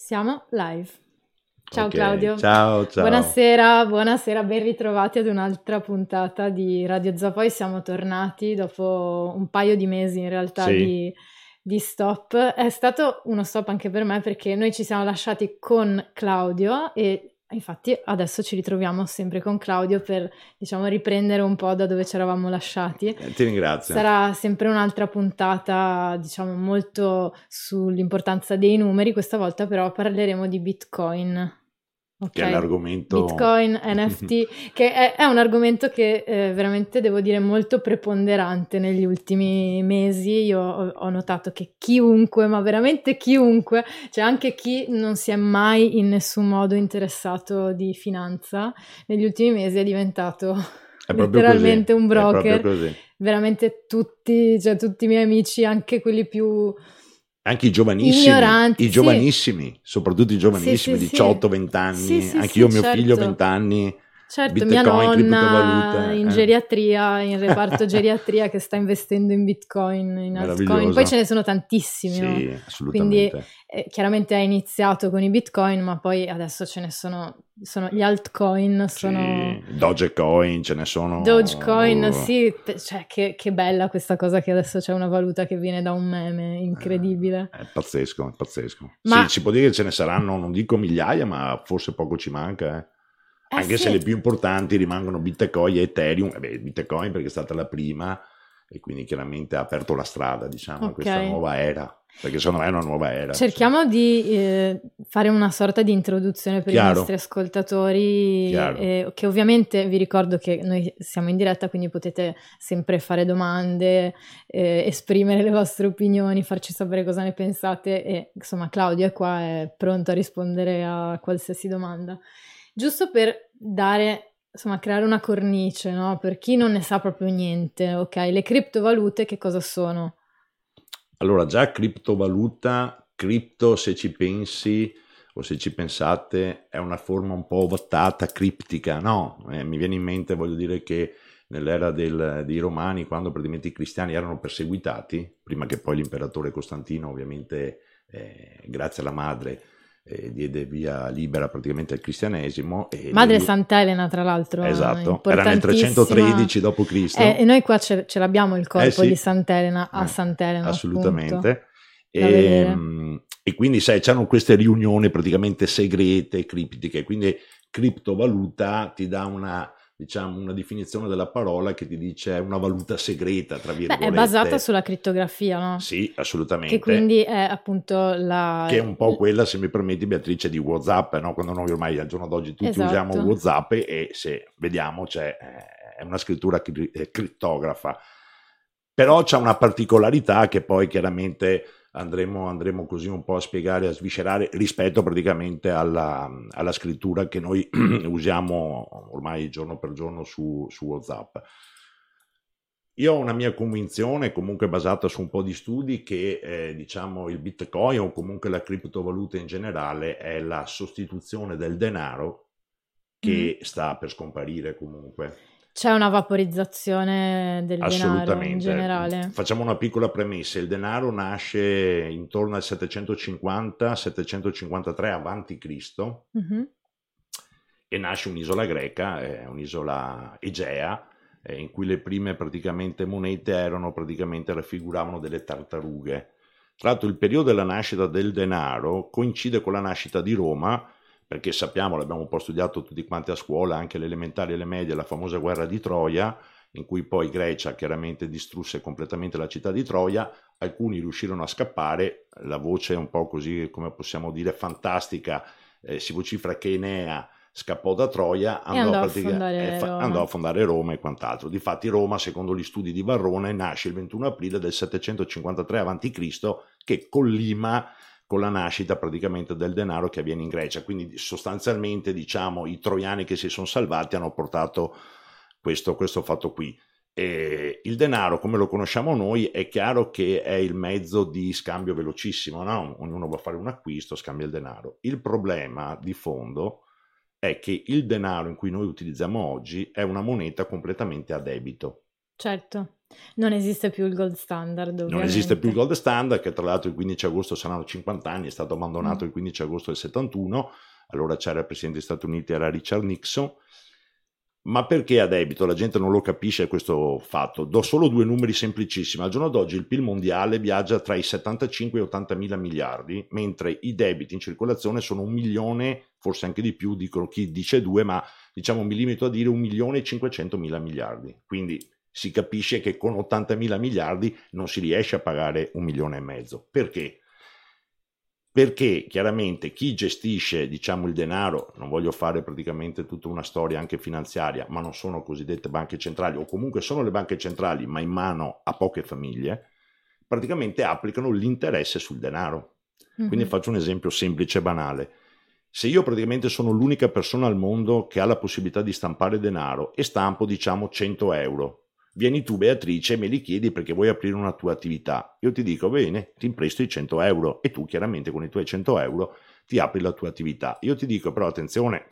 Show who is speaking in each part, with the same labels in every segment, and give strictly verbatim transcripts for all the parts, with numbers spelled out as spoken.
Speaker 1: Siamo live. Ciao
Speaker 2: Ok,
Speaker 1: Claudio.
Speaker 2: ciao, ciao.
Speaker 1: Buonasera, buonasera, ben ritrovati ad un'altra puntata di Radio Zapoi. Siamo tornati dopo un paio di mesi in realtà
Speaker 2: Sì,
Speaker 1: di, di stop. È stato uno stop anche per me perché noi ci siamo lasciati con Claudio e infatti adesso ci ritroviamo sempre con Claudio per, diciamo, riprendere un po' da dove ci eravamo lasciati.
Speaker 2: eh, ti ringrazio.
Speaker 1: Sarà sempre un'altra puntata, diciamo, molto sull'importanza dei numeri. Questa volta però parleremo di Bitcoin.
Speaker 2: Che è
Speaker 1: Ok,
Speaker 2: l'argomento...
Speaker 1: Bitcoin, N F T, che è, è un argomento che eh, veramente devo dire molto preponderante negli ultimi mesi. Io ho, ho notato che chiunque, ma veramente chiunque, cioè anche chi non si è mai in nessun modo interessato di finanza, negli ultimi mesi è diventato
Speaker 2: È proprio
Speaker 1: letteralmente
Speaker 2: così,
Speaker 1: un
Speaker 2: è proprio
Speaker 1: broker.
Speaker 2: così.
Speaker 1: Veramente tutti, cioè tutti i miei amici, anche quelli più
Speaker 2: Anche i giovanissimi,
Speaker 1: ignoranti,
Speaker 2: i
Speaker 1: sì.
Speaker 2: giovanissimi, soprattutto i
Speaker 1: Sì,
Speaker 2: giovanissimi,
Speaker 1: sì, sì.
Speaker 2: diciotto venti
Speaker 1: Sì,
Speaker 2: anni,
Speaker 1: sì,
Speaker 2: anche
Speaker 1: sì,
Speaker 2: io, mio figlio,
Speaker 1: certo.
Speaker 2: venti anni,
Speaker 1: Certo, mia
Speaker 2: Bitcoin,
Speaker 1: nonna
Speaker 2: criptovaluta,
Speaker 1: in
Speaker 2: eh,
Speaker 1: geriatria, in reparto geriatria, che sta investendo in Bitcoin, in altcoin. Poi ce
Speaker 2: meraviglioso.
Speaker 1: ne sono tantissimi, no?
Speaker 2: Sì,
Speaker 1: Quindi
Speaker 2: assolutamente.
Speaker 1: eh, chiaramente ha iniziato con i Bitcoin, ma poi adesso ce ne sono, sono gli altcoin, sono
Speaker 2: Sì, Dogecoin, ce ne sono...
Speaker 1: Dogecoin, sì, pe- cioè che, che bella questa cosa che adesso c'è una valuta che viene da un meme, incredibile.
Speaker 2: È pazzesco, è pazzesco.
Speaker 1: Ma
Speaker 2: Sì, si può dire che ce ne saranno, non dico migliaia, ma forse poco ci manca, eh.
Speaker 1: eh
Speaker 2: Anche se
Speaker 1: sì,
Speaker 2: le più importanti rimangono Bitcoin e Ethereum. Eh beh, Bitcoin perché è stata la prima e quindi chiaramente ha aperto la strada, diciamo, a questa
Speaker 1: ok.
Speaker 2: nuova era, perché secondo me è una nuova era. Sì.
Speaker 1: Cerchiamo di eh, fare una sorta di introduzione per i
Speaker 2: Chiaro,
Speaker 1: nostri ascoltatori,
Speaker 2: chiaro.
Speaker 1: eh, che ovviamente vi ricordo che noi siamo in diretta, quindi potete sempre fare domande, eh, esprimere le vostre opinioni, farci sapere cosa ne pensate e insomma Claudio è qua, è pronto a rispondere a qualsiasi domanda. Giusto per dare, insomma, creare una cornice, no? Per chi non ne sa proprio niente, ok? Le criptovalute che cosa sono?
Speaker 2: Allora, già criptovaluta, cripto se ci pensi o se ci pensate è una forma un po' ovattata, criptica, no? Eh, mi viene in mente, voglio dire che nell'era del, dei Romani, quando praticamente i cristiani erano perseguitati, prima che poi l'imperatore Costantino, ovviamente, eh, grazie alla madre, eh, diede via libera praticamente al cristianesimo. E
Speaker 1: Madre
Speaker 2: le...
Speaker 1: Sant'Elena, tra l'altro,
Speaker 2: Esatto, era nel
Speaker 1: importantissima.
Speaker 2: trecentotredici dopo Cristo.
Speaker 1: Eh, e noi qua ce, ce l'abbiamo il corpo
Speaker 2: Eh sì,
Speaker 1: di Sant'Elena a
Speaker 2: eh,
Speaker 1: Sant'Elena, appunto,
Speaker 2: assolutamente.
Speaker 1: da
Speaker 2: E,
Speaker 1: vedere.
Speaker 2: e quindi, sai, c'hanno queste riunioni praticamente segrete, criptiche, quindi criptovaluta ti dà una, diciamo, una definizione della parola che ti dice una valuta segreta, tra
Speaker 1: Beh, è basata
Speaker 2: virgolette.
Speaker 1: sulla crittografia, no?
Speaker 2: Sì,
Speaker 1: Che
Speaker 2: assolutamente.
Speaker 1: quindi è appunto la...
Speaker 2: Che è un po' quella, se mi permetti, Beatrice, di WhatsApp, no? Quando noi ormai al giorno d'oggi tutti usiamo
Speaker 1: Esatto.
Speaker 2: WhatsApp e se vediamo c'è eh, è una scrittura cri- eh, crittografa. Però c'è una particolarità che poi chiaramente andremo, andremo così un po' a spiegare, a sviscerare rispetto praticamente alla, alla scrittura che noi usiamo ormai giorno per giorno su, su WhatsApp. Io ho una mia convinzione, comunque basata su un po' di studi, che eh, diciamo il Bitcoin o comunque la criptovaluta in generale è la sostituzione del denaro che
Speaker 1: Mhm.
Speaker 2: sta per scomparire comunque.
Speaker 1: C'è una vaporizzazione del denaro in
Speaker 2: Assolutamente.
Speaker 1: generale.
Speaker 2: Facciamo una piccola premessa. Il denaro nasce intorno al settecentocinquanta settecentocinquantatré avanti Cristo
Speaker 1: Mhm.
Speaker 2: e nasce un'isola greca, eh, un'isola egea, eh, in cui le prime praticamente monete erano praticamente raffiguravano delle tartarughe. Tra l'altro il periodo della nascita del denaro coincide con la nascita di Roma, perché sappiamo, l'abbiamo un po' studiato tutti quanti a scuola, anche le elementari e le medie, la famosa guerra di Troia, in cui poi Grecia chiaramente distrusse completamente la città di Troia, alcuni riuscirono a scappare, la voce è un po' così, come possiamo dire, fantastica, eh, si vocifera che Enea scappò da Troia,
Speaker 1: E
Speaker 2: andò a,
Speaker 1: andò a
Speaker 2: pratica- eh,
Speaker 1: fondare
Speaker 2: fa- andò a
Speaker 1: Roma.
Speaker 2: fondare Roma e quant'altro. Difatti Roma, secondo gli studi di Varrone, nasce il ventuno aprile del settecentocinquantatré avanti Cristo, che collima con la nascita praticamente del denaro che avviene in Grecia. Quindi sostanzialmente, diciamo, i troiani che si sono salvati hanno portato questo, questo fatto qui. E il denaro, come lo conosciamo noi, è chiaro che è il mezzo di scambio velocissimo, no? Ognuno va a fare un acquisto, scambia il denaro. Il problema di fondo è che il denaro in cui noi utilizziamo oggi è una moneta completamente a debito.
Speaker 1: Certo, non esiste più il gold standard, ovviamente.
Speaker 2: Non esiste più il gold standard, che tra l'altro il quindici agosto saranno cinquanta anni, è stato abbandonato mm. il quindici agosto del settantuno, allora c'era il presidente degli Stati Uniti, era Richard Nixon. Ma perché a debito? La gente non lo capisce questo fatto. Do solo due numeri semplicissimi. Al giorno d'oggi il P I L mondiale viaggia tra i settantacinque e i ottanta mila miliardi, mentre i debiti in circolazione sono un milione, forse anche di più, dicono chi dice due, ma diciamo mi limito a dire un milione e cinquecentomila miliardi. Quindi si capisce che con ottantamila miliardi non si riesce a pagare un milione e mezzo. Perché? Perché chiaramente chi gestisce, diciamo, il denaro, non voglio fare praticamente tutta una storia anche finanziaria, ma non sono cosiddette banche centrali, o comunque sono le banche centrali, ma in mano a poche famiglie, praticamente applicano l'interesse sul denaro. Mm-hmm. Quindi faccio un esempio semplice e banale. Se io praticamente sono l'unica persona al mondo che ha la possibilità di stampare denaro e stampo, diciamo, cento euro, vieni tu Beatrice e me li chiedi perché vuoi aprire una tua attività. Io ti dico bene, ti impresto i cento euro e tu chiaramente con i tuoi cento euro ti apri la tua attività. Io ti dico però attenzione,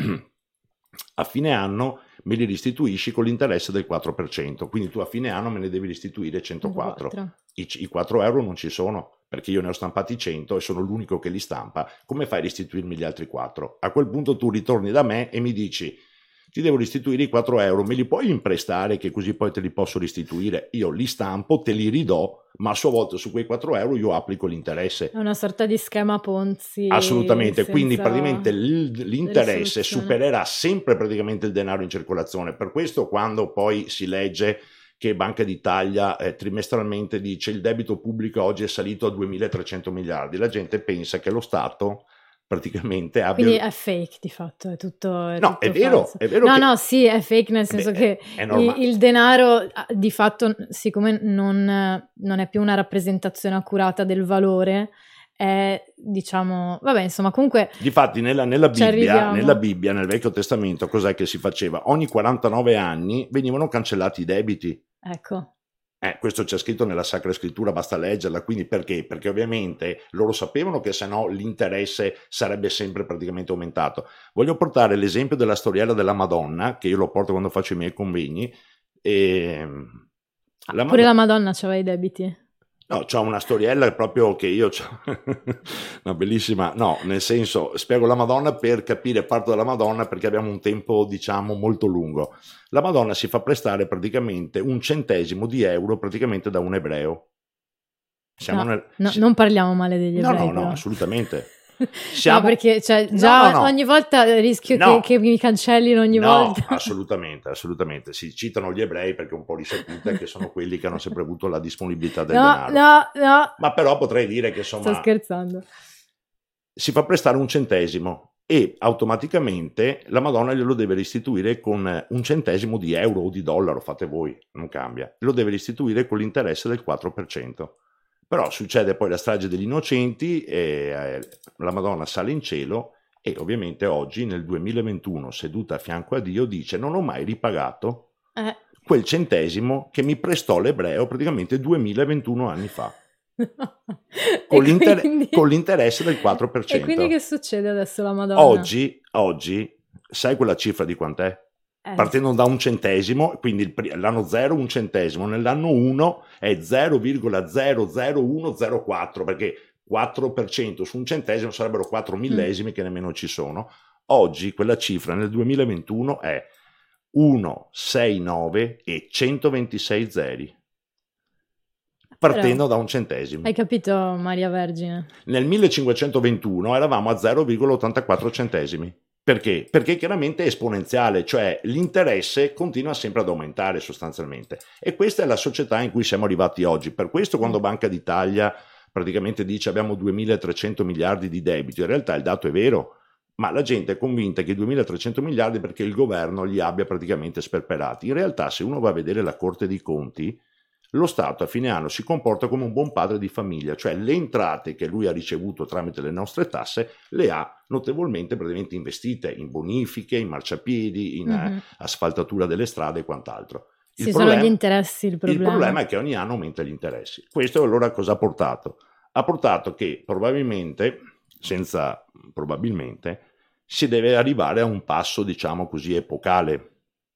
Speaker 2: a fine anno me li restituisci con l'interesse del quattro per cento, quindi tu a fine anno me ne devi restituire centoquattro. I, I quattro euro non ci sono perché io ne ho stampati cento e sono l'unico che li stampa. Come fai a restituirmi gli altri quattro? A quel punto tu ritorni da me e mi dici: ti devo restituire i quattro euro, me li puoi imprestare che così poi te li posso restituire? Io li stampo, te li ridò, ma a sua volta su quei quattro euro io applico l'interesse.
Speaker 1: È una sorta di schema Ponzi.
Speaker 2: Assolutamente, quindi praticamente l'interesse supererà sempre praticamente il denaro in circolazione. Per questo quando poi si legge che Banca d'Italia eh, trimestralmente dice il debito pubblico oggi è salito a duemilatrecento miliardi, la gente pensa che lo Stato praticamente abbia...
Speaker 1: Quindi è fake di fatto, è tutto è
Speaker 2: No,
Speaker 1: tutto
Speaker 2: è vero,
Speaker 1: falso.
Speaker 2: è vero
Speaker 1: No,
Speaker 2: che...
Speaker 1: no, sì, è fake nel senso
Speaker 2: Beh,
Speaker 1: che il, il denaro di fatto, siccome non, non è più una rappresentazione accurata del valore, è, diciamo, vabbè, insomma, comunque...
Speaker 2: Difatti nella, nella, Bibbia, nella Bibbia, nel Vecchio Testamento, cos'è che si faceva? Ogni quarantanove anni venivano cancellati i debiti.
Speaker 1: Ecco.
Speaker 2: Eh, questo c'è scritto nella Sacra Scrittura, basta leggerla. Quindi perché? Perché ovviamente loro sapevano che se no l'interesse sarebbe sempre praticamente aumentato. Voglio portare l'esempio della storiella della Madonna, che io lo porto quando faccio i miei convegni. E...
Speaker 1: La ah, pure Madonna... la Madonna c'aveva i debiti?
Speaker 2: No, c'ho una storiella proprio che io c'ho una bellissima, no, nel senso, spiego la Madonna per capire, parto dalla Madonna perché abbiamo un tempo, diciamo, molto lungo. La Madonna si fa prestare praticamente un centesimo di euro praticamente da un ebreo. Siamo
Speaker 1: no,
Speaker 2: nel...
Speaker 1: no, non parliamo male degli ebrei.
Speaker 2: No, no,
Speaker 1: però.
Speaker 2: no, assolutamente. Siamo...
Speaker 1: No, perché cioè, già no, no, no. ogni volta rischio
Speaker 2: no.
Speaker 1: che, che mi cancellino ogni
Speaker 2: no,
Speaker 1: volta.
Speaker 2: No, assolutamente, assolutamente. Si citano gli ebrei perché è un po' risaputa che sono quelli che hanno sempre avuto la disponibilità del
Speaker 1: no,
Speaker 2: denaro.
Speaker 1: No, no,
Speaker 2: Ma però potrei dire che insomma...
Speaker 1: Sto scherzando.
Speaker 2: Si fa prestare un centesimo e automaticamente la Madonna glielo deve restituire con un centesimo di euro o di dollaro, fate voi, non cambia. Lo deve restituire con l'interesse del quattro per cento. Però succede poi la strage degli innocenti e la Madonna sale in cielo e ovviamente oggi nel duemilaventuno seduta a fianco a Dio dice non ho mai ripagato
Speaker 1: eh.
Speaker 2: quel centesimo che mi prestò l'ebreo praticamente duemilaventuno anni fa con, l'inter-
Speaker 1: quindi...
Speaker 2: con l'interesse del quattro per cento.
Speaker 1: E quindi che succede adesso la Madonna?
Speaker 2: Oggi, oggi sai quella cifra di quant'è? Eh. Partendo da un centesimo, quindi il, l'anno zero un centesimo, nell'anno uno è zero virgola zero zero uno zero quattro, perché quattro per cento su un centesimo sarebbero quattro millesimi mm. che nemmeno ci sono. Oggi quella cifra nel duemilaventuno è uno, sei, nove e centoventisei zeri. Partendo Però, da un centesimo.
Speaker 1: Hai capito, Maria Vergine?
Speaker 2: Nel millecinquecentoventuno eravamo a zero virgola ottantaquattro centesimi. Perché? Perché chiaramente è esponenziale, cioè l'interesse continua sempre ad aumentare sostanzialmente. E questa è la società in cui siamo arrivati oggi. Per questo quando Banca d'Italia praticamente dice abbiamo duemilatrecento miliardi di debito, in realtà il dato è vero, ma la gente è convinta che i duemilatrecento miliardi perché il governo li abbia praticamente sperperati. In realtà se uno va a vedere la Corte dei Conti, lo Stato a fine anno si comporta come un buon padre di famiglia, cioè le entrate che lui ha ricevuto tramite le nostre tasse le ha notevolmente praticamente investite in bonifiche, in marciapiedi, in mm-hmm. asfaltatura delle strade e quant'altro.
Speaker 1: Il sì, problema, sono gli interessi il problema.
Speaker 2: Il problema è che ogni anno aumenta gli interessi. Questo allora cosa ha portato? Ha portato che probabilmente, senza probabilmente, si deve arrivare a un passo, diciamo così, epocale.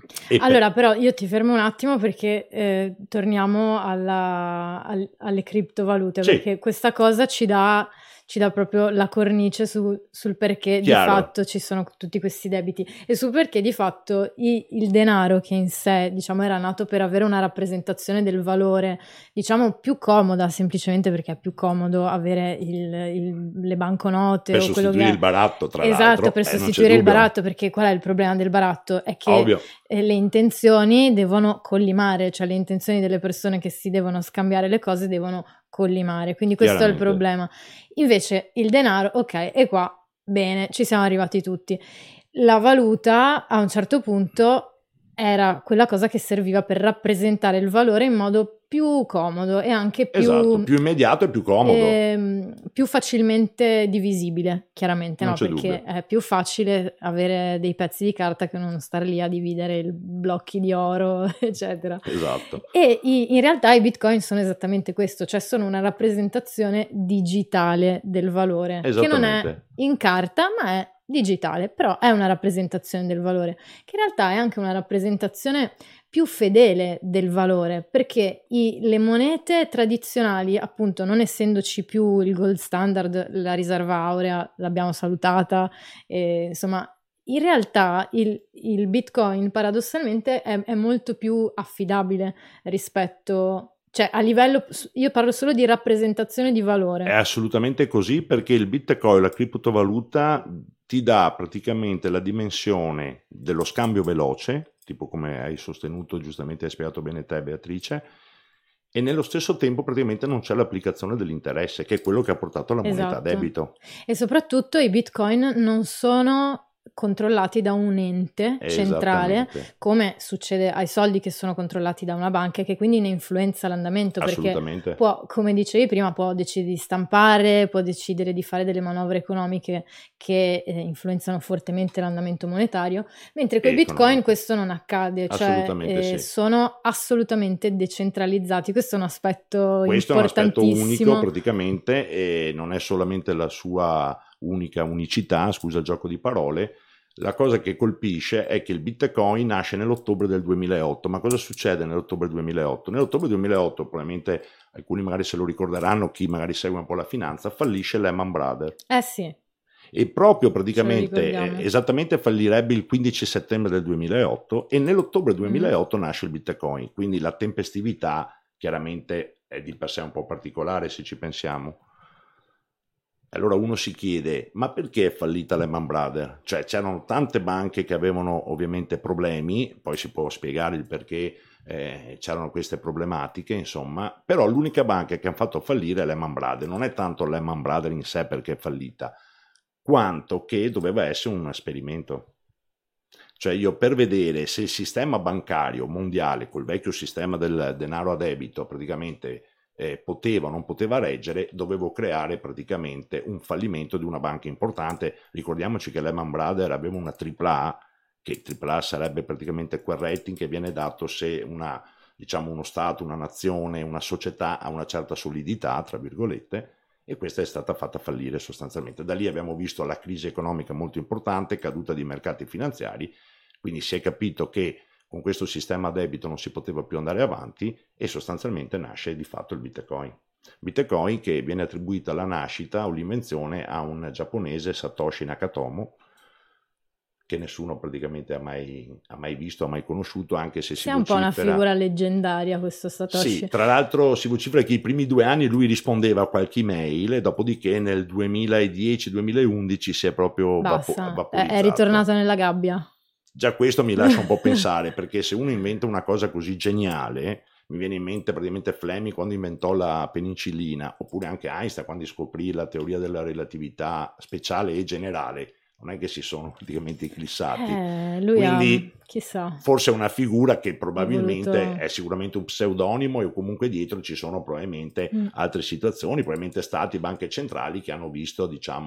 Speaker 2: E
Speaker 1: Allora,
Speaker 2: per...
Speaker 1: però io ti fermo un attimo perché eh, torniamo alla- al- alle criptovalute,
Speaker 2: Sì,
Speaker 1: perché questa cosa ci dà, ci dà proprio la cornice su- sul perché di
Speaker 2: chiaro,
Speaker 1: fatto ci sono tutti questi debiti e sul perché di fatto i- il denaro che in sé, diciamo, era nato per avere una rappresentazione del valore, diciamo, più comoda, semplicemente perché è più comodo avere il- il- le banconote
Speaker 2: per
Speaker 1: o quello che
Speaker 2: sostituire
Speaker 1: è.
Speaker 2: il baratto, tra
Speaker 1: Esatto,
Speaker 2: l'altro,
Speaker 1: per
Speaker 2: eh, non c'è
Speaker 1: sostituire il
Speaker 2: dubbio,
Speaker 1: baratto, perché qual è il problema del baratto? È che
Speaker 2: ovvio,
Speaker 1: eh, le intenzioni devono collimare, cioè le intenzioni delle persone che si devono scambiare le cose devono collimare, quindi questo è il
Speaker 2: chiaramente,
Speaker 1: problema. Invece il denaro, ok, e qua bene, ci siamo arrivati tutti. La valuta a un certo punto era quella cosa che serviva per rappresentare il valore in modo più comodo e anche
Speaker 2: esatto,
Speaker 1: più,
Speaker 2: più immediato e più comodo,
Speaker 1: ehm, più facilmente divisibile, chiaramente,
Speaker 2: non
Speaker 1: no?
Speaker 2: c'è
Speaker 1: Perché
Speaker 2: dubbio,
Speaker 1: è più facile avere dei pezzi di carta che non star lì a dividere i blocchi di oro, eccetera.
Speaker 2: esatto,
Speaker 1: E i- in realtà i bitcoin sono esattamente questo, cioè sono una rappresentazione digitale del valore, che non è
Speaker 2: esattamente,
Speaker 1: in carta, ma è digitale, però è una rappresentazione del valore, che in realtà è anche una rappresentazione più fedele del valore, perché i- le monete tradizionali, appunto, non essendoci più il gold standard, la riserva aurea, l'abbiamo salutata, e, insomma, in realtà il, il Bitcoin paradossalmente è, è molto più affidabile rispetto, cioè a livello, io parlo solo di rappresentazione di
Speaker 2: è
Speaker 1: valore.
Speaker 2: assolutamente così perché il Bitcoin, la criptovaluta, ti dà praticamente la dimensione dello scambio veloce, tipo come hai sostenuto, giustamente hai spiegato bene te Beatrice, e nello stesso tempo praticamente non c'è l'applicazione dell'interesse, che è quello che ha portato alla moneta a
Speaker 1: Esatto.
Speaker 2: debito.
Speaker 1: E soprattutto i Bitcoin non sono controllati da un ente centrale,
Speaker 2: Esattamente,
Speaker 1: come succede ai soldi che sono controllati da una banca, e che quindi ne influenza l'andamento, perché
Speaker 2: assolutamente,
Speaker 1: può, come dicevi prima, può decidere di stampare, può decidere di fare delle manovre economiche che eh, influenzano fortemente l'andamento monetario, mentre con
Speaker 2: e
Speaker 1: i Bitcoin
Speaker 2: economico,
Speaker 1: questo non accade, cioè
Speaker 2: assolutamente
Speaker 1: eh,
Speaker 2: sì.
Speaker 1: sono assolutamente decentralizzati. Questo è un aspetto
Speaker 2: Questo è un aspetto unico
Speaker 1: importantissimo.
Speaker 2: praticamente e non è solamente la sua unica unicità, scusa il gioco di parole. La cosa che colpisce è che il Bitcoin nasce nell'ottobre del duemilaotto. Ma cosa succede nell'ottobre duemilaotto? Nell'ottobre duemilaotto, probabilmente alcuni magari se lo ricorderanno, chi magari segue un po' la finanza, fallisce Lehman Brothers.
Speaker 1: Eh sì,
Speaker 2: E proprio
Speaker 1: ce lo
Speaker 2: praticamente, eh,
Speaker 1: ricordiamo.
Speaker 2: esattamente fallirebbe il quindici settembre del duemilaotto e nell'ottobre
Speaker 1: Mhm.
Speaker 2: duemilaotto nasce il Bitcoin. Quindi la tempestività chiaramente è di per sé un po' particolare se ci pensiamo. Allora uno si chiede, ma perché è fallita Lehman Brothers? Cioè c'erano tante banche che avevano ovviamente problemi, poi si può spiegare il perché eh, c'erano queste problematiche, insomma, però l'unica banca che hanno fatto fallire è Lehman Brothers. Non è tanto Lehman Brothers in sé perché è fallita, quanto che doveva essere un esperimento. Cioè io per vedere se il sistema bancario mondiale, col vecchio sistema del denaro a debito, praticamente eh, poteva o non poteva reggere, dovevo creare praticamente un fallimento di una banca importante. Ricordiamoci che Lehman Brothers aveva una tripla A, che tripla A sarebbe praticamente quel rating che viene dato se una, diciamo, uno Stato, una nazione, una società ha una certa solidità, tra virgolette, e questa è stata fatta fallire sostanzialmente. Da lì abbiamo visto la crisi economica molto importante, caduta di mercati finanziari, quindi si è capito che con questo sistema a debito non si poteva più andare avanti e sostanzialmente nasce di fatto il Bitcoin. Bitcoin che viene attribuita alla nascita o l'invenzione a un giapponese, Satoshi Nakamoto, che nessuno praticamente ha mai, ha mai visto, ha mai conosciuto, anche se si
Speaker 1: È un po' una
Speaker 2: vocifera...
Speaker 1: figura leggendaria questo Satoshi.
Speaker 2: Sì, tra l'altro si vocifera che i primi due anni lui rispondeva a qualche email e dopodiché nel duemiladieci duemilaundici si è proprio vapo-
Speaker 1: Basta, è,
Speaker 2: vaporizzato.
Speaker 1: è ritornato nella gabbia.
Speaker 2: Già questo mi lascia un po' pensare, perché se uno inventa una cosa così geniale, mi viene in mente praticamente Fleming quando inventò la penicillina, oppure anche Einstein quando scoprì la teoria della relatività speciale e generale, non è che si sono praticamente eclissati.
Speaker 1: Eh, lui
Speaker 2: Quindi
Speaker 1: ha, chissà,
Speaker 2: forse è una figura che probabilmente
Speaker 1: voluto...
Speaker 2: è sicuramente un pseudonimo e comunque dietro ci sono probabilmente
Speaker 1: Mm.
Speaker 2: altre situazioni, probabilmente stati, banche centrali che hanno visto, diciamo,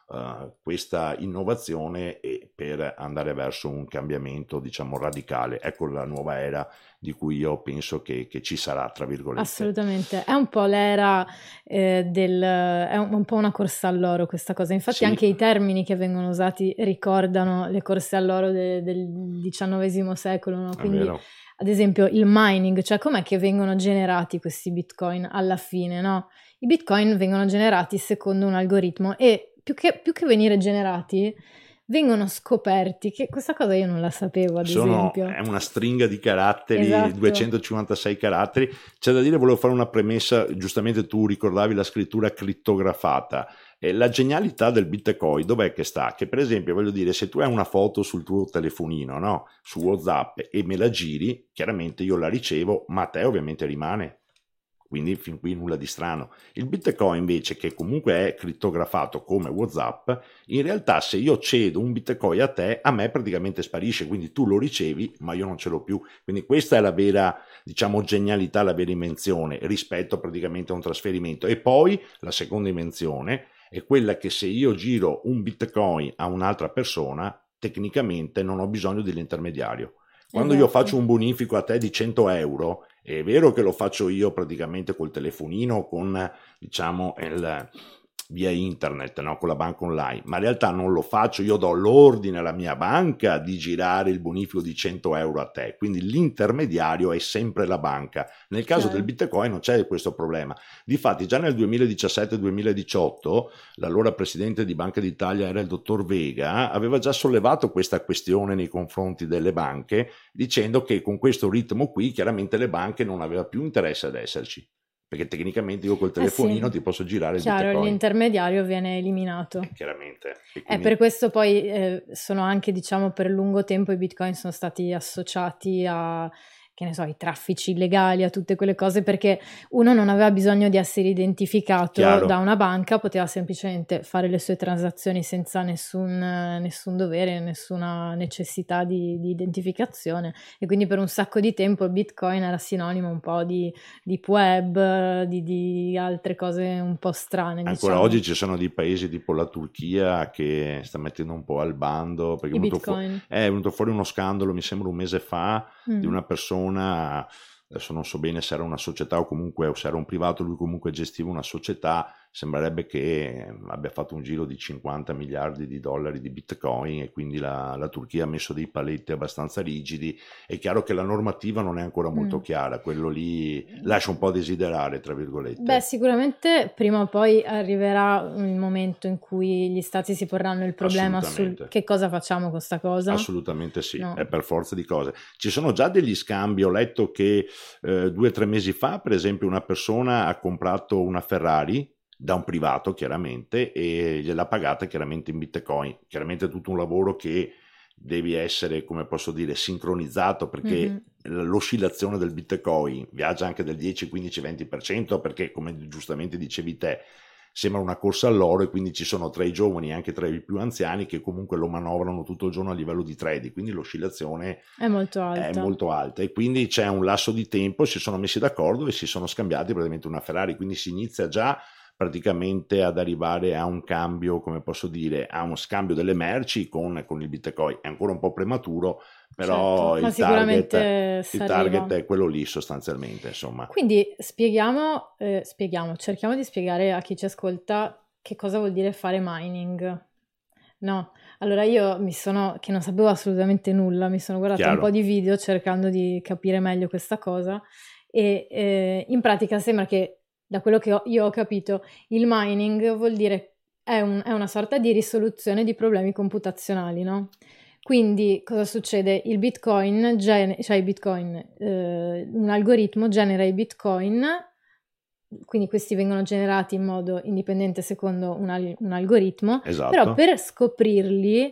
Speaker 2: uh, questa innovazione e per andare verso un cambiamento, diciamo, radicale. Ecco la nuova era di cui io penso che, che ci sarà, tra virgolette.
Speaker 1: Assolutamente, è un po' l'era eh, del... è un, un po' una corsa all'oro questa cosa, infatti
Speaker 2: Sì.
Speaker 1: Anche i termini che vengono usati ricordano le corse all'oro de, del diciannovesimo secolo, no? Quindi ad esempio il mining, cioè com'è che vengono generati questi bitcoin alla fine, no? I bitcoin vengono generati secondo un algoritmo e più che, più che venire generati vengono scoperti, che questa cosa io non la sapevo ad
Speaker 2: Sono,
Speaker 1: esempio.
Speaker 2: È una stringa di caratteri,
Speaker 1: esatto.
Speaker 2: duecentocinquantasei caratteri. C'è da dire, volevo fare una premessa, giustamente tu ricordavi la scrittura crittografata. E la genialità del Bitcoin dov'è che sta? Che per esempio, voglio dire, se tu hai una foto sul tuo telefonino, no? Su WhatsApp e me la giri, chiaramente io la ricevo, ma a te ovviamente rimane. Quindi fin qui nulla di strano. Il Bitcoin invece, che comunque è crittografato come WhatsApp, in realtà se io cedo un Bitcoin a te, a me praticamente sparisce, quindi tu lo ricevi ma io non ce l'ho più. Quindi questa è la vera, diciamo, genialità, la vera invenzione rispetto praticamente a un trasferimento. E poi la seconda invenzione è quella che se io giro un Bitcoin a un'altra persona, tecnicamente non ho bisogno dell'intermediario. Quando esatto. io faccio un bonifico a te di cento euro, è vero che lo faccio io praticamente col telefonino, con, diciamo, il, via internet, no? Con la banca online, ma in realtà non lo faccio, io do l'ordine alla mia banca di girare il bonifico di cento euro a te, quindi l'intermediario è sempre la banca. Nel caso certo. del Bitcoin non c'è questo problema. Difatti già nel duemiladiciassette duemiladiciotto l'allora presidente di Banca d'Italia era il dottor Vega, aveva già sollevato questa questione nei confronti delle banche, dicendo che con questo ritmo qui chiaramente le banche non aveva più interesse ad esserci. Perché tecnicamente io col telefonino eh sì. ti posso girare il
Speaker 1: Chiaro,
Speaker 2: Bitcoin.
Speaker 1: L'intermediario viene eliminato.
Speaker 2: Eh, chiaramente.
Speaker 1: E quindi... per questo poi eh, sono anche, diciamo, per lungo tempo i Bitcoin sono stati associati a, che ne so, ai traffici illegali, a tutte quelle cose, perché uno non aveva bisogno di essere identificato Chiaro. Da una banca, poteva semplicemente fare le sue transazioni senza nessun, nessun dovere, nessuna necessità di, di identificazione, e quindi per un sacco di tempo il Bitcoin era sinonimo un po' di, di web, di, di altre cose un po' strane.
Speaker 2: Ancora
Speaker 1: diciamo.
Speaker 2: Oggi ci sono dei paesi tipo la Turchia che sta mettendo un po' al bando, perché è venuto, fu- è venuto fuori uno scandalo, mi sembra un mese fa, mm. di una persona, adesso non so bene se era una società o comunque o se era un privato, lui comunque gestiva una società, sembrerebbe che abbia fatto un giro di cinquanta miliardi di dollari di Bitcoin e quindi la, la Turchia ha messo dei paletti abbastanza rigidi. È chiaro che la normativa non è ancora molto mm. chiara, quello lì lascia un po' a desiderare, tra virgolette.
Speaker 1: Beh, sicuramente prima o poi arriverà il momento in cui gli stati si porranno il problema su che cosa facciamo con sta cosa.
Speaker 2: Assolutamente sì,
Speaker 1: no.
Speaker 2: è per forza di cose. Ci sono già degli scambi, ho letto che eh, due o tre mesi fa, per esempio, una persona ha comprato una Ferrari da un privato chiaramente e gliel'ha pagata chiaramente in Bitcoin. Chiaramente è tutto un lavoro che devi essere, come posso dire, sincronizzato, perché mm-hmm. l'oscillazione del Bitcoin viaggia anche del dieci, quindici, venti per cento, perché come giustamente dicevi te sembra una corsa all'oro e quindi ci sono tra i giovani e anche tra i più anziani che comunque lo manovrano tutto il giorno a livello di trading, quindi l'oscillazione
Speaker 1: è molto alta.
Speaker 2: È molto alta e quindi c'è un lasso di tempo, si sono messi d'accordo e si sono scambiati praticamente una Ferrari, quindi si inizia già praticamente ad arrivare a un cambio, come posso dire, a uno scambio delle merci con, con il Bitcoin. È ancora un po' prematuro, però certo, il, target, il target è quello lì sostanzialmente, insomma.
Speaker 1: Quindi spieghiamo, eh, spieghiamo, cerchiamo di spiegare a chi ci ascolta che cosa vuol dire fare mining. No, allora io mi sono, che non sapevo assolutamente nulla, mi sono guardata Chiaro. un po' di video cercando di capire meglio questa cosa e eh, in pratica sembra che, da quello che ho, io ho capito, il mining vuol dire è, un, è una sorta di risoluzione di problemi computazionali, no? Quindi cosa succede? Il Bitcoin, gen- cioè il Bitcoin, eh, un algoritmo genera i Bitcoin, quindi questi vengono generati in modo indipendente secondo un, al- un algoritmo,
Speaker 2: esatto.
Speaker 1: Però per scoprirli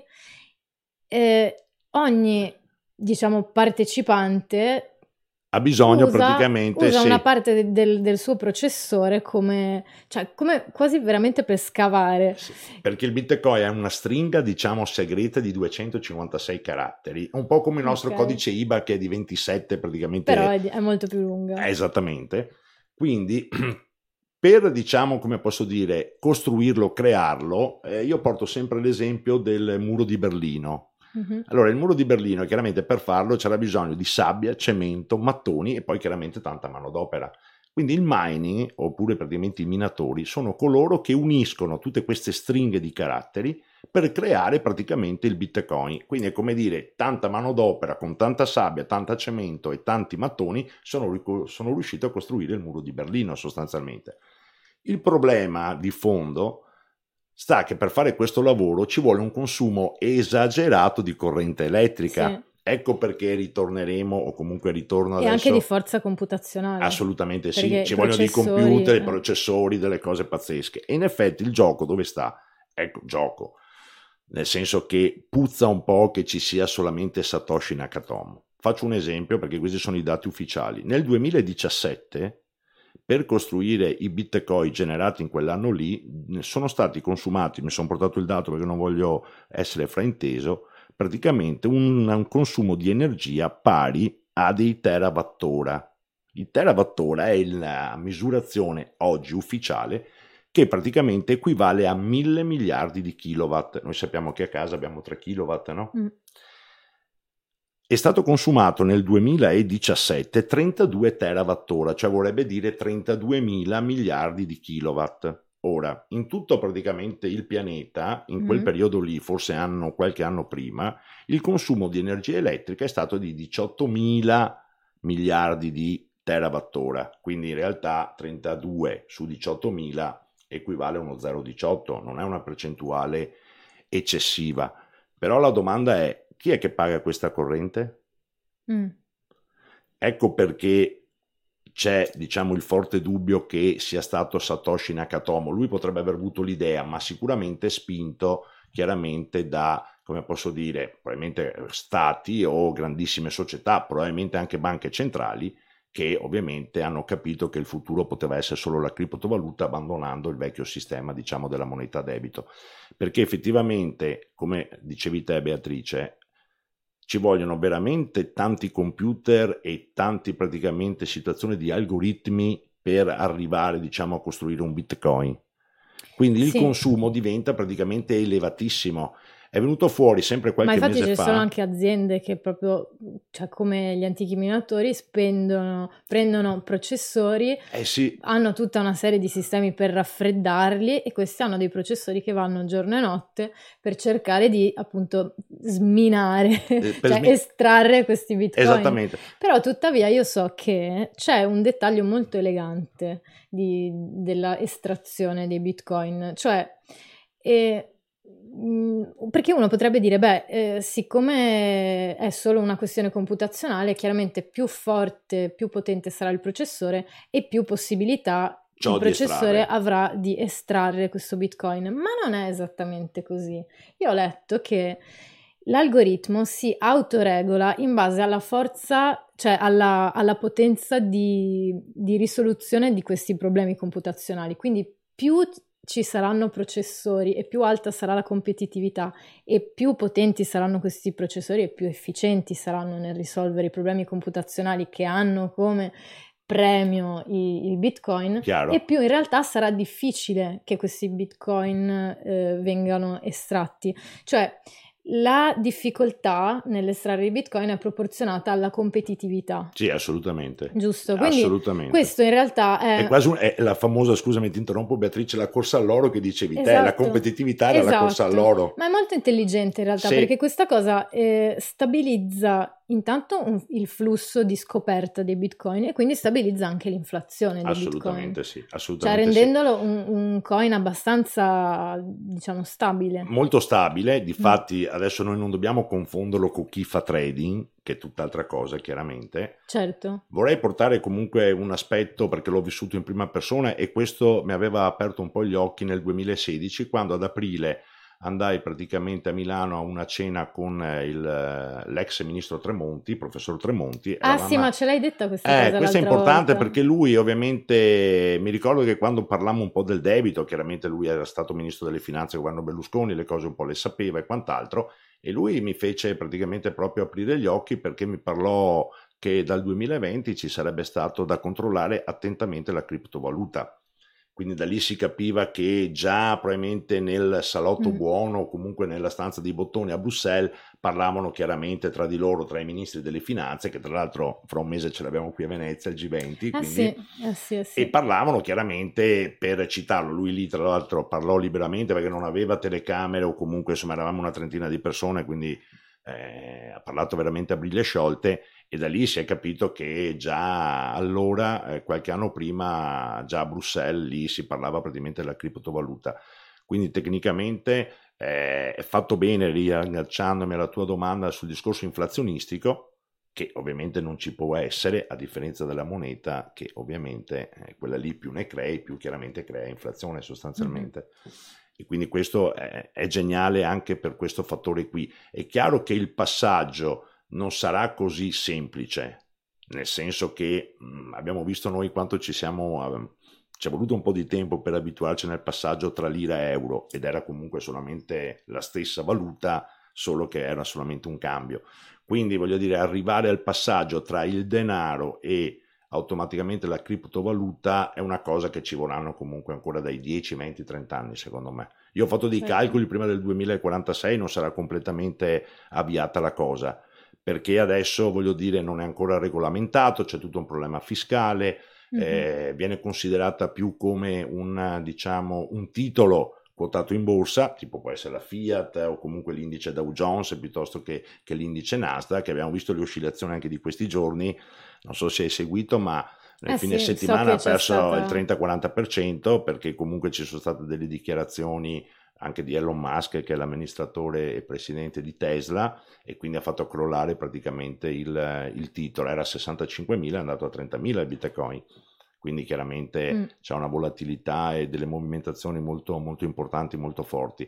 Speaker 1: eh, ogni, diciamo, partecipante
Speaker 2: ha bisogno
Speaker 1: usa,
Speaker 2: praticamente
Speaker 1: usa
Speaker 2: sì.
Speaker 1: una parte de- del, del suo processore come, cioè, come quasi veramente per scavare.
Speaker 2: Sì, perché il Bitcoin è una stringa, diciamo, segreta di duecentocinquantasei caratteri, un po' come il nostro okay. codice I B A che è di ventisette praticamente.
Speaker 1: Però è, è molto più lunga.
Speaker 2: Esattamente. Quindi Per, diciamo, come posso dire, costruirlo, crearlo, eh, io porto sempre l'esempio del muro di Berlino.
Speaker 1: Mhm.
Speaker 2: Allora, il muro di Berlino, chiaramente per farlo c'era bisogno di sabbia, cemento, mattoni e poi chiaramente tanta manodopera. Quindi il mining, oppure praticamente i minatori, sono coloro che uniscono tutte queste stringhe di caratteri per creare praticamente il Bitcoin. Quindi è come dire, tanta manodopera con tanta sabbia, tanta cemento e tanti mattoni sono, sono riusciti a costruire il muro di Berlino sostanzialmente. Il problema di fondo sta che per fare questo lavoro ci vuole un consumo esagerato di corrente elettrica.
Speaker 1: Sì.
Speaker 2: Ecco perché ritorneremo, o comunque ritorno adesso...
Speaker 1: E anche di forza computazionale.
Speaker 2: Assolutamente sì,
Speaker 1: Perché
Speaker 2: ci
Speaker 1: i
Speaker 2: vogliono dei
Speaker 1: processori,
Speaker 2: computer,
Speaker 1: eh.
Speaker 2: dei processori, delle cose pazzesche. E in effetti il gioco dove sta? Ecco, gioco. Nel senso che puzza un po' che ci sia solamente Satoshi Nakamoto. Faccio un esempio perché questi sono i dati ufficiali. Nel duemiladiciassette, per costruire i bitcoin generati in quell'anno lì, sono stati consumati, mi sono portato il dato perché non voglio essere frainteso, praticamente un, un consumo di energia pari a dei terawattora. Il terawattora è la misurazione oggi ufficiale che praticamente equivale a mille miliardi di kilowatt. Noi sappiamo che a casa abbiamo tre kilowatt, no? Mm. È stato consumato nel duemiladiciassette trentadue terawattora, cioè vorrebbe dire trentaduemila miliardi di kilowatt. Ora, in tutto praticamente il pianeta, in quel mm. periodo lì, forse anno, qualche anno prima, il consumo di energia elettrica è stato di diciottomila miliardi di terawattora, quindi in realtà trentadue su diciottomila equivale a uno zero virgola diciotto, non è una percentuale eccessiva. Però la domanda è, chi è che paga questa corrente? Mm. Ecco perché c'è, diciamo, il forte dubbio che sia stato Satoshi Nakamoto. Lui potrebbe aver avuto l'idea, ma sicuramente spinto chiaramente da, come posso dire, probabilmente stati o grandissime società, probabilmente anche banche centrali, che ovviamente hanno capito che il futuro poteva essere solo la criptovaluta, abbandonando il vecchio sistema, diciamo, della moneta a debito. Perché effettivamente, come dicevi te Beatrice, ci vogliono veramente tanti computer e tanti praticamente situazioni di algoritmi per arrivare, diciamo, a costruire un Bitcoin. Quindi il sì. consumo diventa praticamente elevatissimo. È venuto fuori sempre qualche mese fa.
Speaker 1: Ma infatti ci sono anche aziende che proprio, cioè come gli antichi minatori, spendono, prendono processori,
Speaker 2: eh sì.
Speaker 1: hanno tutta una serie di sistemi per raffreddarli e questi hanno dei processori che vanno giorno e notte per cercare di appunto sminare, eh, cioè smin- estrarre questi bitcoin.
Speaker 2: Esattamente.
Speaker 1: Però tuttavia io so che c'è un dettaglio molto elegante di, della estrazione dei bitcoin, cioè... E, perché uno potrebbe dire, beh, eh, siccome è solo una questione computazionale, chiaramente più forte, più potente sarà il processore e più possibilità Ciò il processore estrarre. avrà di estrarre questo bitcoin. Ma non è esattamente così. Io ho letto che l'algoritmo si autoregola in base alla forza, cioè alla, alla potenza di, di risoluzione di questi problemi computazionali. Quindi più ci saranno processori e più alta sarà la competitività e più potenti saranno questi processori e più efficienti saranno nel risolvere i problemi computazionali che hanno come premio i, il Bitcoin.
Speaker 2: Chiaro.
Speaker 1: E più in realtà sarà difficile che questi Bitcoin eh, vengano estratti. Cioè la difficoltà nell'estrarre i Bitcoin è proporzionata alla competitività.
Speaker 2: Sì, assolutamente.
Speaker 1: Giusto, quindi
Speaker 2: assolutamente.
Speaker 1: Questo in realtà è...
Speaker 2: È quasi un, è la famosa, scusami ti interrompo Beatrice, la corsa all'oro che dicevi
Speaker 1: esatto.
Speaker 2: te, la competitività era
Speaker 1: esatto.
Speaker 2: la corsa all'oro.
Speaker 1: Ma è molto intelligente in realtà, sì. Perché questa cosa eh, stabilizza intanto un, il flusso di scoperta dei Bitcoin e quindi stabilizza anche l'inflazione dei
Speaker 2: assolutamente
Speaker 1: Bitcoin.
Speaker 2: Sì, assolutamente
Speaker 1: cioè rendendolo
Speaker 2: sì.
Speaker 1: un, un coin abbastanza, diciamo, stabile.
Speaker 2: Molto stabile, difatti mm. adesso noi non dobbiamo confonderlo con chi fa trading, che è tutt'altra cosa chiaramente.
Speaker 1: Certo.
Speaker 2: Vorrei portare comunque un aspetto, perché l'ho vissuto in prima persona e questo mi aveva aperto un po' gli occhi nel duemilasedici, quando ad aprile andai praticamente a Milano a una cena con il, l'ex ministro Tremonti, il professor Tremonti.
Speaker 1: Ah sì, ma ce l'hai detta questa
Speaker 2: eh,
Speaker 1: cosa
Speaker 2: Questo è importante
Speaker 1: volta.
Speaker 2: Perché lui ovviamente, mi ricordo che quando parlammo un po' del debito, chiaramente lui era stato ministro delle finanze con Governo Berlusconi, le cose un po' le sapeva e quant'altro, e lui mi fece praticamente proprio aprire gli occhi perché mi parlò che dal duemilaventi ci sarebbe stato da controllare attentamente la criptovaluta. quindi da lì si capiva che già probabilmente nel salotto
Speaker 1: Mm.
Speaker 2: buono o comunque nella stanza dei bottoni a Bruxelles parlavano chiaramente tra di loro, tra i ministri delle finanze, che tra l'altro fra un mese ce l'abbiamo qui a Venezia, il G venti,
Speaker 1: Eh
Speaker 2: quindi,
Speaker 1: sì, eh sì, eh
Speaker 2: e
Speaker 1: sì.
Speaker 2: parlavano chiaramente, per citarlo, lui lì tra l'altro parlò liberamente perché non aveva telecamere o comunque insomma eravamo una trentina di persone, quindi eh, ha parlato veramente a briglie sciolte, e da lì si è capito che già allora, eh, qualche anno prima, già a Bruxelles lì si parlava praticamente della criptovaluta. Quindi tecnicamente eh, è fatto bene, riagganciandomi alla tua domanda sul discorso inflazionistico, che ovviamente non ci può essere, a differenza della moneta, che ovviamente eh, quella lì più ne crei, più chiaramente crea inflazione sostanzialmente. Mm-hmm. E quindi questo è, è geniale anche per questo fattore qui. È chiaro che il passaggio non sarà così semplice, nel senso che mh, abbiamo visto noi quanto ci siamo, eh, ci è voluto un po' di tempo per abituarci nel passaggio tra lira e euro, ed era comunque solamente la stessa valuta, solo che era solamente un cambio. Quindi voglio dire, arrivare al passaggio tra il denaro e automaticamente la criptovaluta è una cosa che ci vorranno comunque ancora dai dieci, venti, trenta anni secondo me. Io ho fatto dei certo. calcoli, prima del duemilaquarantasei non sarà completamente avviata la cosa, perché adesso, voglio dire, non è ancora regolamentato, c'è tutto un problema fiscale, mm-hmm. eh, viene considerata più come un, diciamo, un titolo quotato in borsa, tipo può essere la Fiat o comunque l'indice Dow Jones piuttosto che, che l'indice Nasdaq, che abbiamo visto le oscillazioni anche di questi giorni, non so se hai seguito, ma nel
Speaker 1: eh
Speaker 2: fine
Speaker 1: sì,
Speaker 2: settimana
Speaker 1: so
Speaker 2: ha perso
Speaker 1: stata...
Speaker 2: il trenta quaranta per cento, perché comunque ci sono state delle dichiarazioni anche di Elon Musk, che è l'amministratore e presidente di Tesla, e quindi ha fatto crollare praticamente il, il titolo. Era a sessantacinquemila, è andato a trentamila il Bitcoin, quindi chiaramente mm. c'è una volatilità e delle movimentazioni molto, molto importanti, molto forti.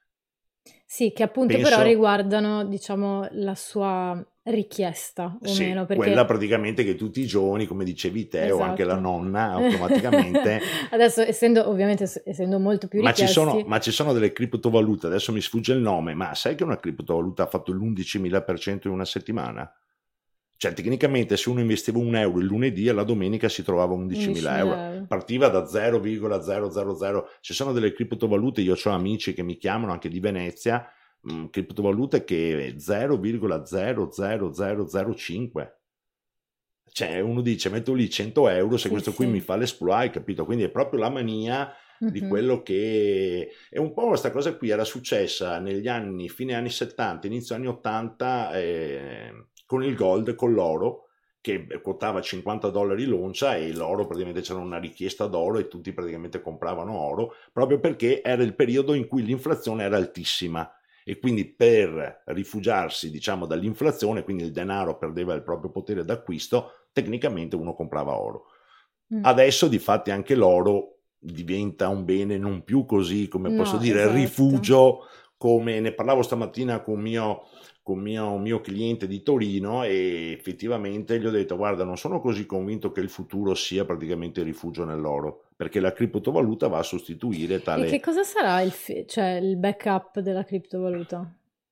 Speaker 1: Sì, che appunto Penso... però riguardano, diciamo, la sua richiesta o
Speaker 2: sì,
Speaker 1: meno, perché...
Speaker 2: quella praticamente che tutti i giovani, come dicevi te, esatto. o anche la nonna, automaticamente...
Speaker 1: Adesso, essendo ovviamente essendo molto più richiesti...
Speaker 2: Ma ci, sono, ma ci sono delle criptovalute, adesso mi sfugge il nome, ma sai che una criptovaluta ha fatto l'undicimila per cento in una settimana? Cioè, tecnicamente, se uno investiva un euro il lunedì, alla domenica si trovava undicimila euro. Partiva da zero virgola zero zero zero. Ci sono delle criptovalute, io ho amici che mi chiamano anche di Venezia, mh, criptovalute che zero virgola zero zero zero zero cinque. Cioè, uno dice, metto lì cento euro, se sì, questo qui sì. mi fa l'esploit, capito? Quindi è proprio la mania mm-hmm. di quello che... È un po' questa cosa qui, era successa negli anni, fine anni settanta, inizio anni ottanta... Eh, con il gold, con l'oro, che quotava cinquanta dollari l'oncia, e l'oro praticamente c'era una richiesta d'oro e tutti praticamente compravano oro, proprio perché era il periodo in cui l'inflazione era altissima, e quindi per rifugiarsi, diciamo, dall'inflazione, quindi il denaro perdeva il proprio potere d'acquisto, tecnicamente uno comprava oro. Mm. Adesso di fatti anche l'oro diventa un bene non più così, come no, posso dire, esatto. rifugio, come ne parlavo stamattina con mio... con mio, un mio cliente di Torino, e effettivamente gli ho detto: guarda, non sono così convinto che il futuro sia praticamente il rifugio nell'oro, perché la criptovaluta va a sostituire tale...
Speaker 1: E che cosa sarà il, fi- cioè, il backup della criptovaluta?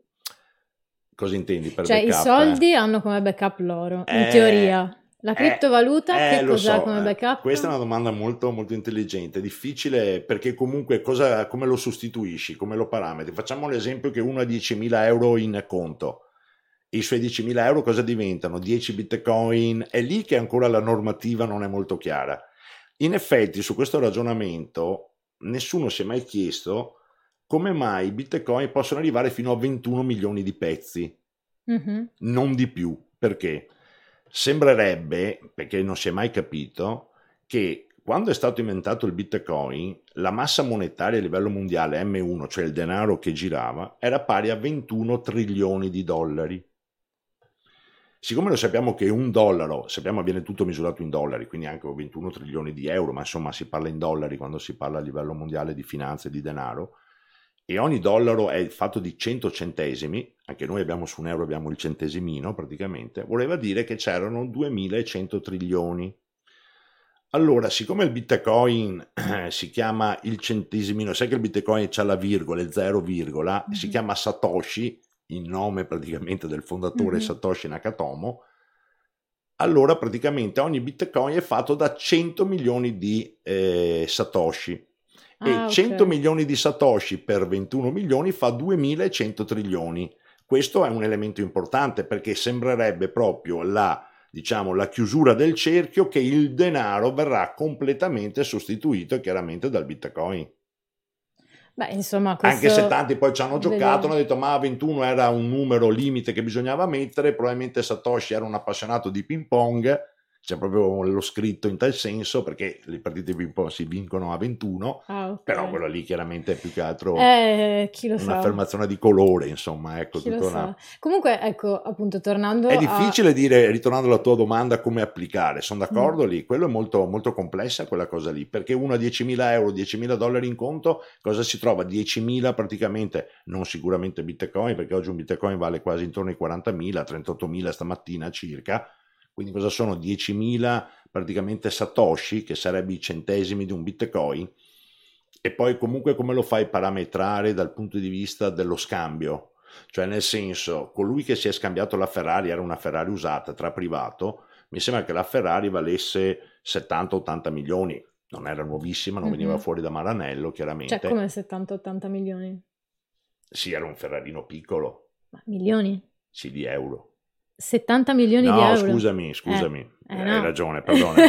Speaker 2: Cosa intendi per
Speaker 1: cioè,
Speaker 2: backup?
Speaker 1: Cioè i soldi eh? hanno come backup l'oro, in
Speaker 2: eh,
Speaker 1: teoria. La criptovaluta
Speaker 2: eh,
Speaker 1: che
Speaker 2: eh,
Speaker 1: cos'ha
Speaker 2: so,
Speaker 1: come backup?
Speaker 2: Eh, questa è una domanda molto, molto intelligente, difficile, perché comunque cosa, come lo sostituisci, come lo parametri? Facciamo l'esempio che uno ha diecimila euro in conto, e i suoi diecimila euro cosa diventano? dieci bitcoin? È lì che ancora la normativa non è molto chiara. In effetti, su questo ragionamento nessuno si è mai chiesto come mai i bitcoin possono arrivare fino a ventuno milioni di pezzi, mm-hmm. non di più. Perché? Sembrerebbe, perché non si è mai capito, che quando è stato inventato il bitcoin, la massa monetaria a livello mondiale emme uno, cioè il denaro che girava, era pari a ventuno trilioni di dollari. Siccome lo sappiamo che un dollaro, sappiamo viene tutto misurato in dollari, quindi anche ventuno trilioni di euro, ma insomma si parla in dollari quando si parla a livello mondiale di finanza e di denaro, e ogni dollaro è fatto di cento centesimi, anche noi abbiamo su un euro abbiamo il centesimino praticamente, voleva dire che c'erano duemilacento trilioni. Allora, siccome il bitcoin eh, si chiama il centesimino, sai che il bitcoin c'ha la virgola, il zero virgola, mm-hmm. si chiama Satoshi, in nome praticamente del fondatore mm-hmm. Satoshi Nakamoto, allora praticamente ogni Bitcoin è fatto da cento milioni di eh, Satoshi.
Speaker 1: Ah,
Speaker 2: E cento
Speaker 1: ok.
Speaker 2: milioni di Satoshi per ventuno milioni fa duemilacento trilioni. Questo è un elemento importante perché sembrerebbe proprio la, diciamo, la chiusura del cerchio, che il denaro verrà completamente sostituito chiaramente dal Bitcoin.
Speaker 1: Beh, insomma,
Speaker 2: Anche se
Speaker 1: questo
Speaker 2: tanti poi ci hanno giocato, hanno
Speaker 1: vediamo.
Speaker 2: detto ma ventuno era un numero limite che bisognava mettere, probabilmente Satoshi era un appassionato di ping pong, c'è proprio lo scritto in tal senso, perché le partite di ping pong si vincono a ventuno,
Speaker 1: Ah, ok.
Speaker 2: però quello lì chiaramente è più che altro
Speaker 1: Eh, chi lo sa,
Speaker 2: un'affermazione di colore, insomma, ecco,
Speaker 1: chi lo
Speaker 2: tutta
Speaker 1: sa.
Speaker 2: una...
Speaker 1: Comunque, ecco, appunto,
Speaker 2: È
Speaker 1: tornando a...
Speaker 2: difficile dire, ritornando alla tua domanda, come applicare. Sono
Speaker 1: Mm,
Speaker 2: d'accordo lì, quello è molto, molto complessa quella cosa lì, perché uno a diecimila euro, diecimila dollari in conto, cosa si trova? diecimila praticamente, non sicuramente Bitcoin, perché oggi un Bitcoin vale quasi intorno ai quarantamila, trentottomila stamattina circa, quindi cosa sono? diecimila praticamente Satoshi, che sarebbe i centesimi di un Bitcoin, e poi comunque come lo fai parametrare dal punto di vista dello scambio? Cioè nel senso, colui che si è scambiato la Ferrari era una Ferrari usata tra privato, mi sembra che la Ferrari valesse settanta ottanta milioni, non era nuovissima, non veniva
Speaker 1: mhm.
Speaker 2: fuori da Maranello
Speaker 1: Cioè,
Speaker 2: chiaramente,
Speaker 1: come settanta ottanta milioni?
Speaker 2: sì era un Ferrarino piccolo,
Speaker 1: Ma milioni?
Speaker 2: sì di euro.
Speaker 1: settanta milioni di
Speaker 2: No,
Speaker 1: euro?
Speaker 2: scusami,
Speaker 1: Eh,
Speaker 2: scusami,
Speaker 1: eh
Speaker 2: hai
Speaker 1: no.
Speaker 2: ragione, perdonami.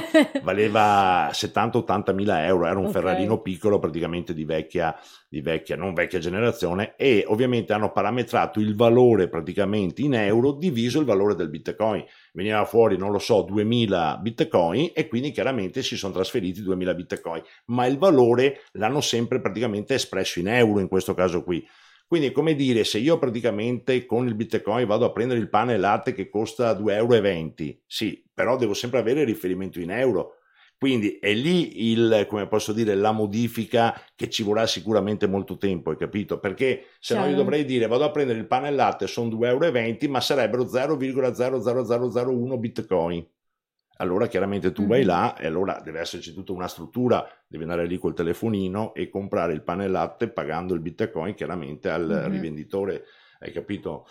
Speaker 2: Valeva settanta ottanta mila euro, era un
Speaker 1: Ok.
Speaker 2: Ferrarino piccolo praticamente di vecchia, di vecchia, non vecchia generazione, e ovviamente hanno parametrato il valore praticamente in euro diviso il valore del Bitcoin. Veniva fuori, non lo so, duemila Bitcoin e quindi chiaramente si sono trasferiti duemila Bitcoin, ma il valore l'hanno sempre praticamente espresso in euro in questo caso qui. Quindi è come dire, se io praticamente con il Bitcoin vado a prendere il pane e latte che costa due e venti euro, sì, però devo sempre avere il riferimento in euro. Quindi è lì il, come posso dire, la modifica che ci vorrà sicuramente molto tempo, hai capito? Perché se no io
Speaker 1: Chiaro.
Speaker 2: dovrei dire vado a prendere il pane e latte, sono due e venti euro, ma sarebbero zero virgola zero zero zero zero uno Bitcoin. Allora chiaramente tu vai
Speaker 1: Mhm,
Speaker 2: là e allora deve esserci tutta una struttura, devi andare lì col telefonino e comprare il pane e latte pagando il Bitcoin chiaramente al
Speaker 1: mhm.
Speaker 2: rivenditore, hai capito?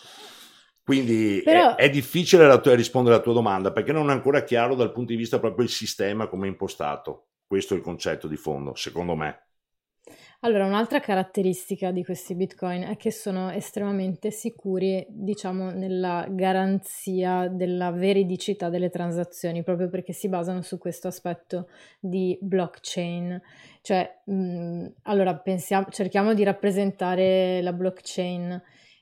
Speaker 2: Quindi
Speaker 1: Però
Speaker 2: è, è difficile la tua- rispondere alla tua domanda perché non è ancora chiaro dal punto di vista proprio il sistema come è impostato. Questo è il concetto di fondo, secondo me.
Speaker 1: allora, un'altra caratteristica di questi Bitcoin è che sono estremamente sicuri, diciamo, nella garanzia della veridicità delle transazioni, proprio perché si basano su questo aspetto di blockchain. Cioè, mh, allora, pensiamo, cerchiamo di rappresentare la blockchain.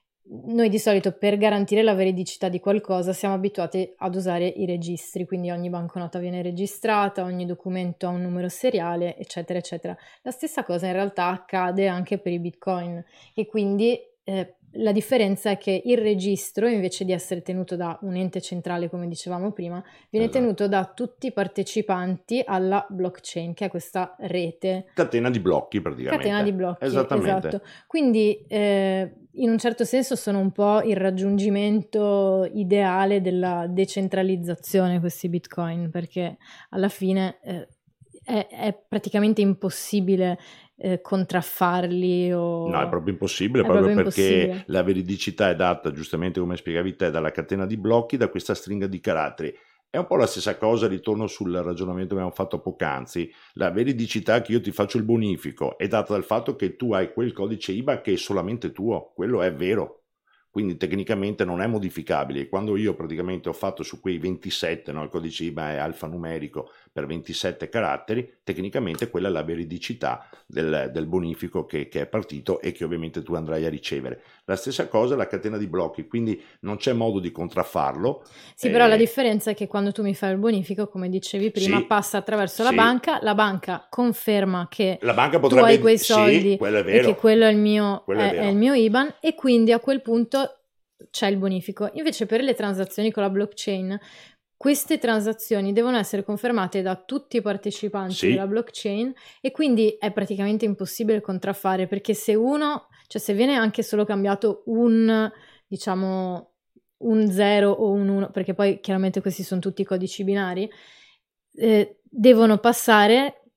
Speaker 1: Noi di solito per garantire la veridicità di qualcosa siamo abituati ad usare i registri, quindi ogni banconota viene registrata, ogni documento ha un numero seriale, eccetera, eccetera. La stessa cosa in realtà accade anche per i Bitcoin e quindi eh, la differenza è che il registro, invece di essere tenuto da un ente centrale, come dicevamo prima, viene
Speaker 2: Esatto.
Speaker 1: tenuto da tutti i partecipanti alla blockchain, che è questa rete.
Speaker 2: Catena di blocchi
Speaker 1: Catena di
Speaker 2: praticamente.
Speaker 1: blocchi,
Speaker 2: Esattamente.
Speaker 1: esatto. Quindi eh, in un certo senso sono un po' il raggiungimento ideale della decentralizzazione questi Bitcoin, perché alla fine eh, è, è praticamente impossibile eh, contraffarli
Speaker 2: No, è
Speaker 1: o
Speaker 2: proprio impossibile,
Speaker 1: è
Speaker 2: proprio
Speaker 1: proprio
Speaker 2: perché
Speaker 1: impossibile.
Speaker 2: la veridicità è data, giustamente come spiegavi te, dalla catena di blocchi, da questa stringa di caratteri. È un po' la stessa cosa, ritorno sul ragionamento che abbiamo fatto poc'anzi. La veridicità che io ti faccio il bonifico è data dal fatto che tu hai quel codice I B A che è solamente tuo, quello è vero. Quindi tecnicamente non è modificabile. Quando io praticamente ho fatto su quei ventisette, no, il codice I B A è alfanumerico per ventisette caratteri, tecnicamente quella è la veridicità del, del bonifico che, che è partito e che ovviamente tu andrai a ricevere. La stessa cosa è la catena di blocchi, quindi non c'è modo di contraffarlo.
Speaker 1: Sì, però la
Speaker 2: Eh,
Speaker 1: differenza è che quando tu mi fai il bonifico, come dicevi prima,
Speaker 2: sì,
Speaker 1: passa attraverso la
Speaker 2: sì,
Speaker 1: banca, la banca conferma che
Speaker 2: la banca
Speaker 1: tu hai
Speaker 2: potrebbe...
Speaker 1: quei
Speaker 2: Sì,
Speaker 1: soldi
Speaker 2: quello è
Speaker 1: e che
Speaker 2: vero,
Speaker 1: quello è il mio,
Speaker 2: quello è
Speaker 1: è, è il
Speaker 2: vero.
Speaker 1: mio I B A N e quindi a quel punto c'è il bonifico. Invece per le transazioni con la blockchain, queste transazioni devono essere confermate da tutti i partecipanti della
Speaker 2: Sì,
Speaker 1: blockchain e quindi è praticamente impossibile contraffare perché se uno, cioè se viene anche solo cambiato un, diciamo, un zero o un uno, perché poi chiaramente questi sono tutti codici binari, eh, devono passare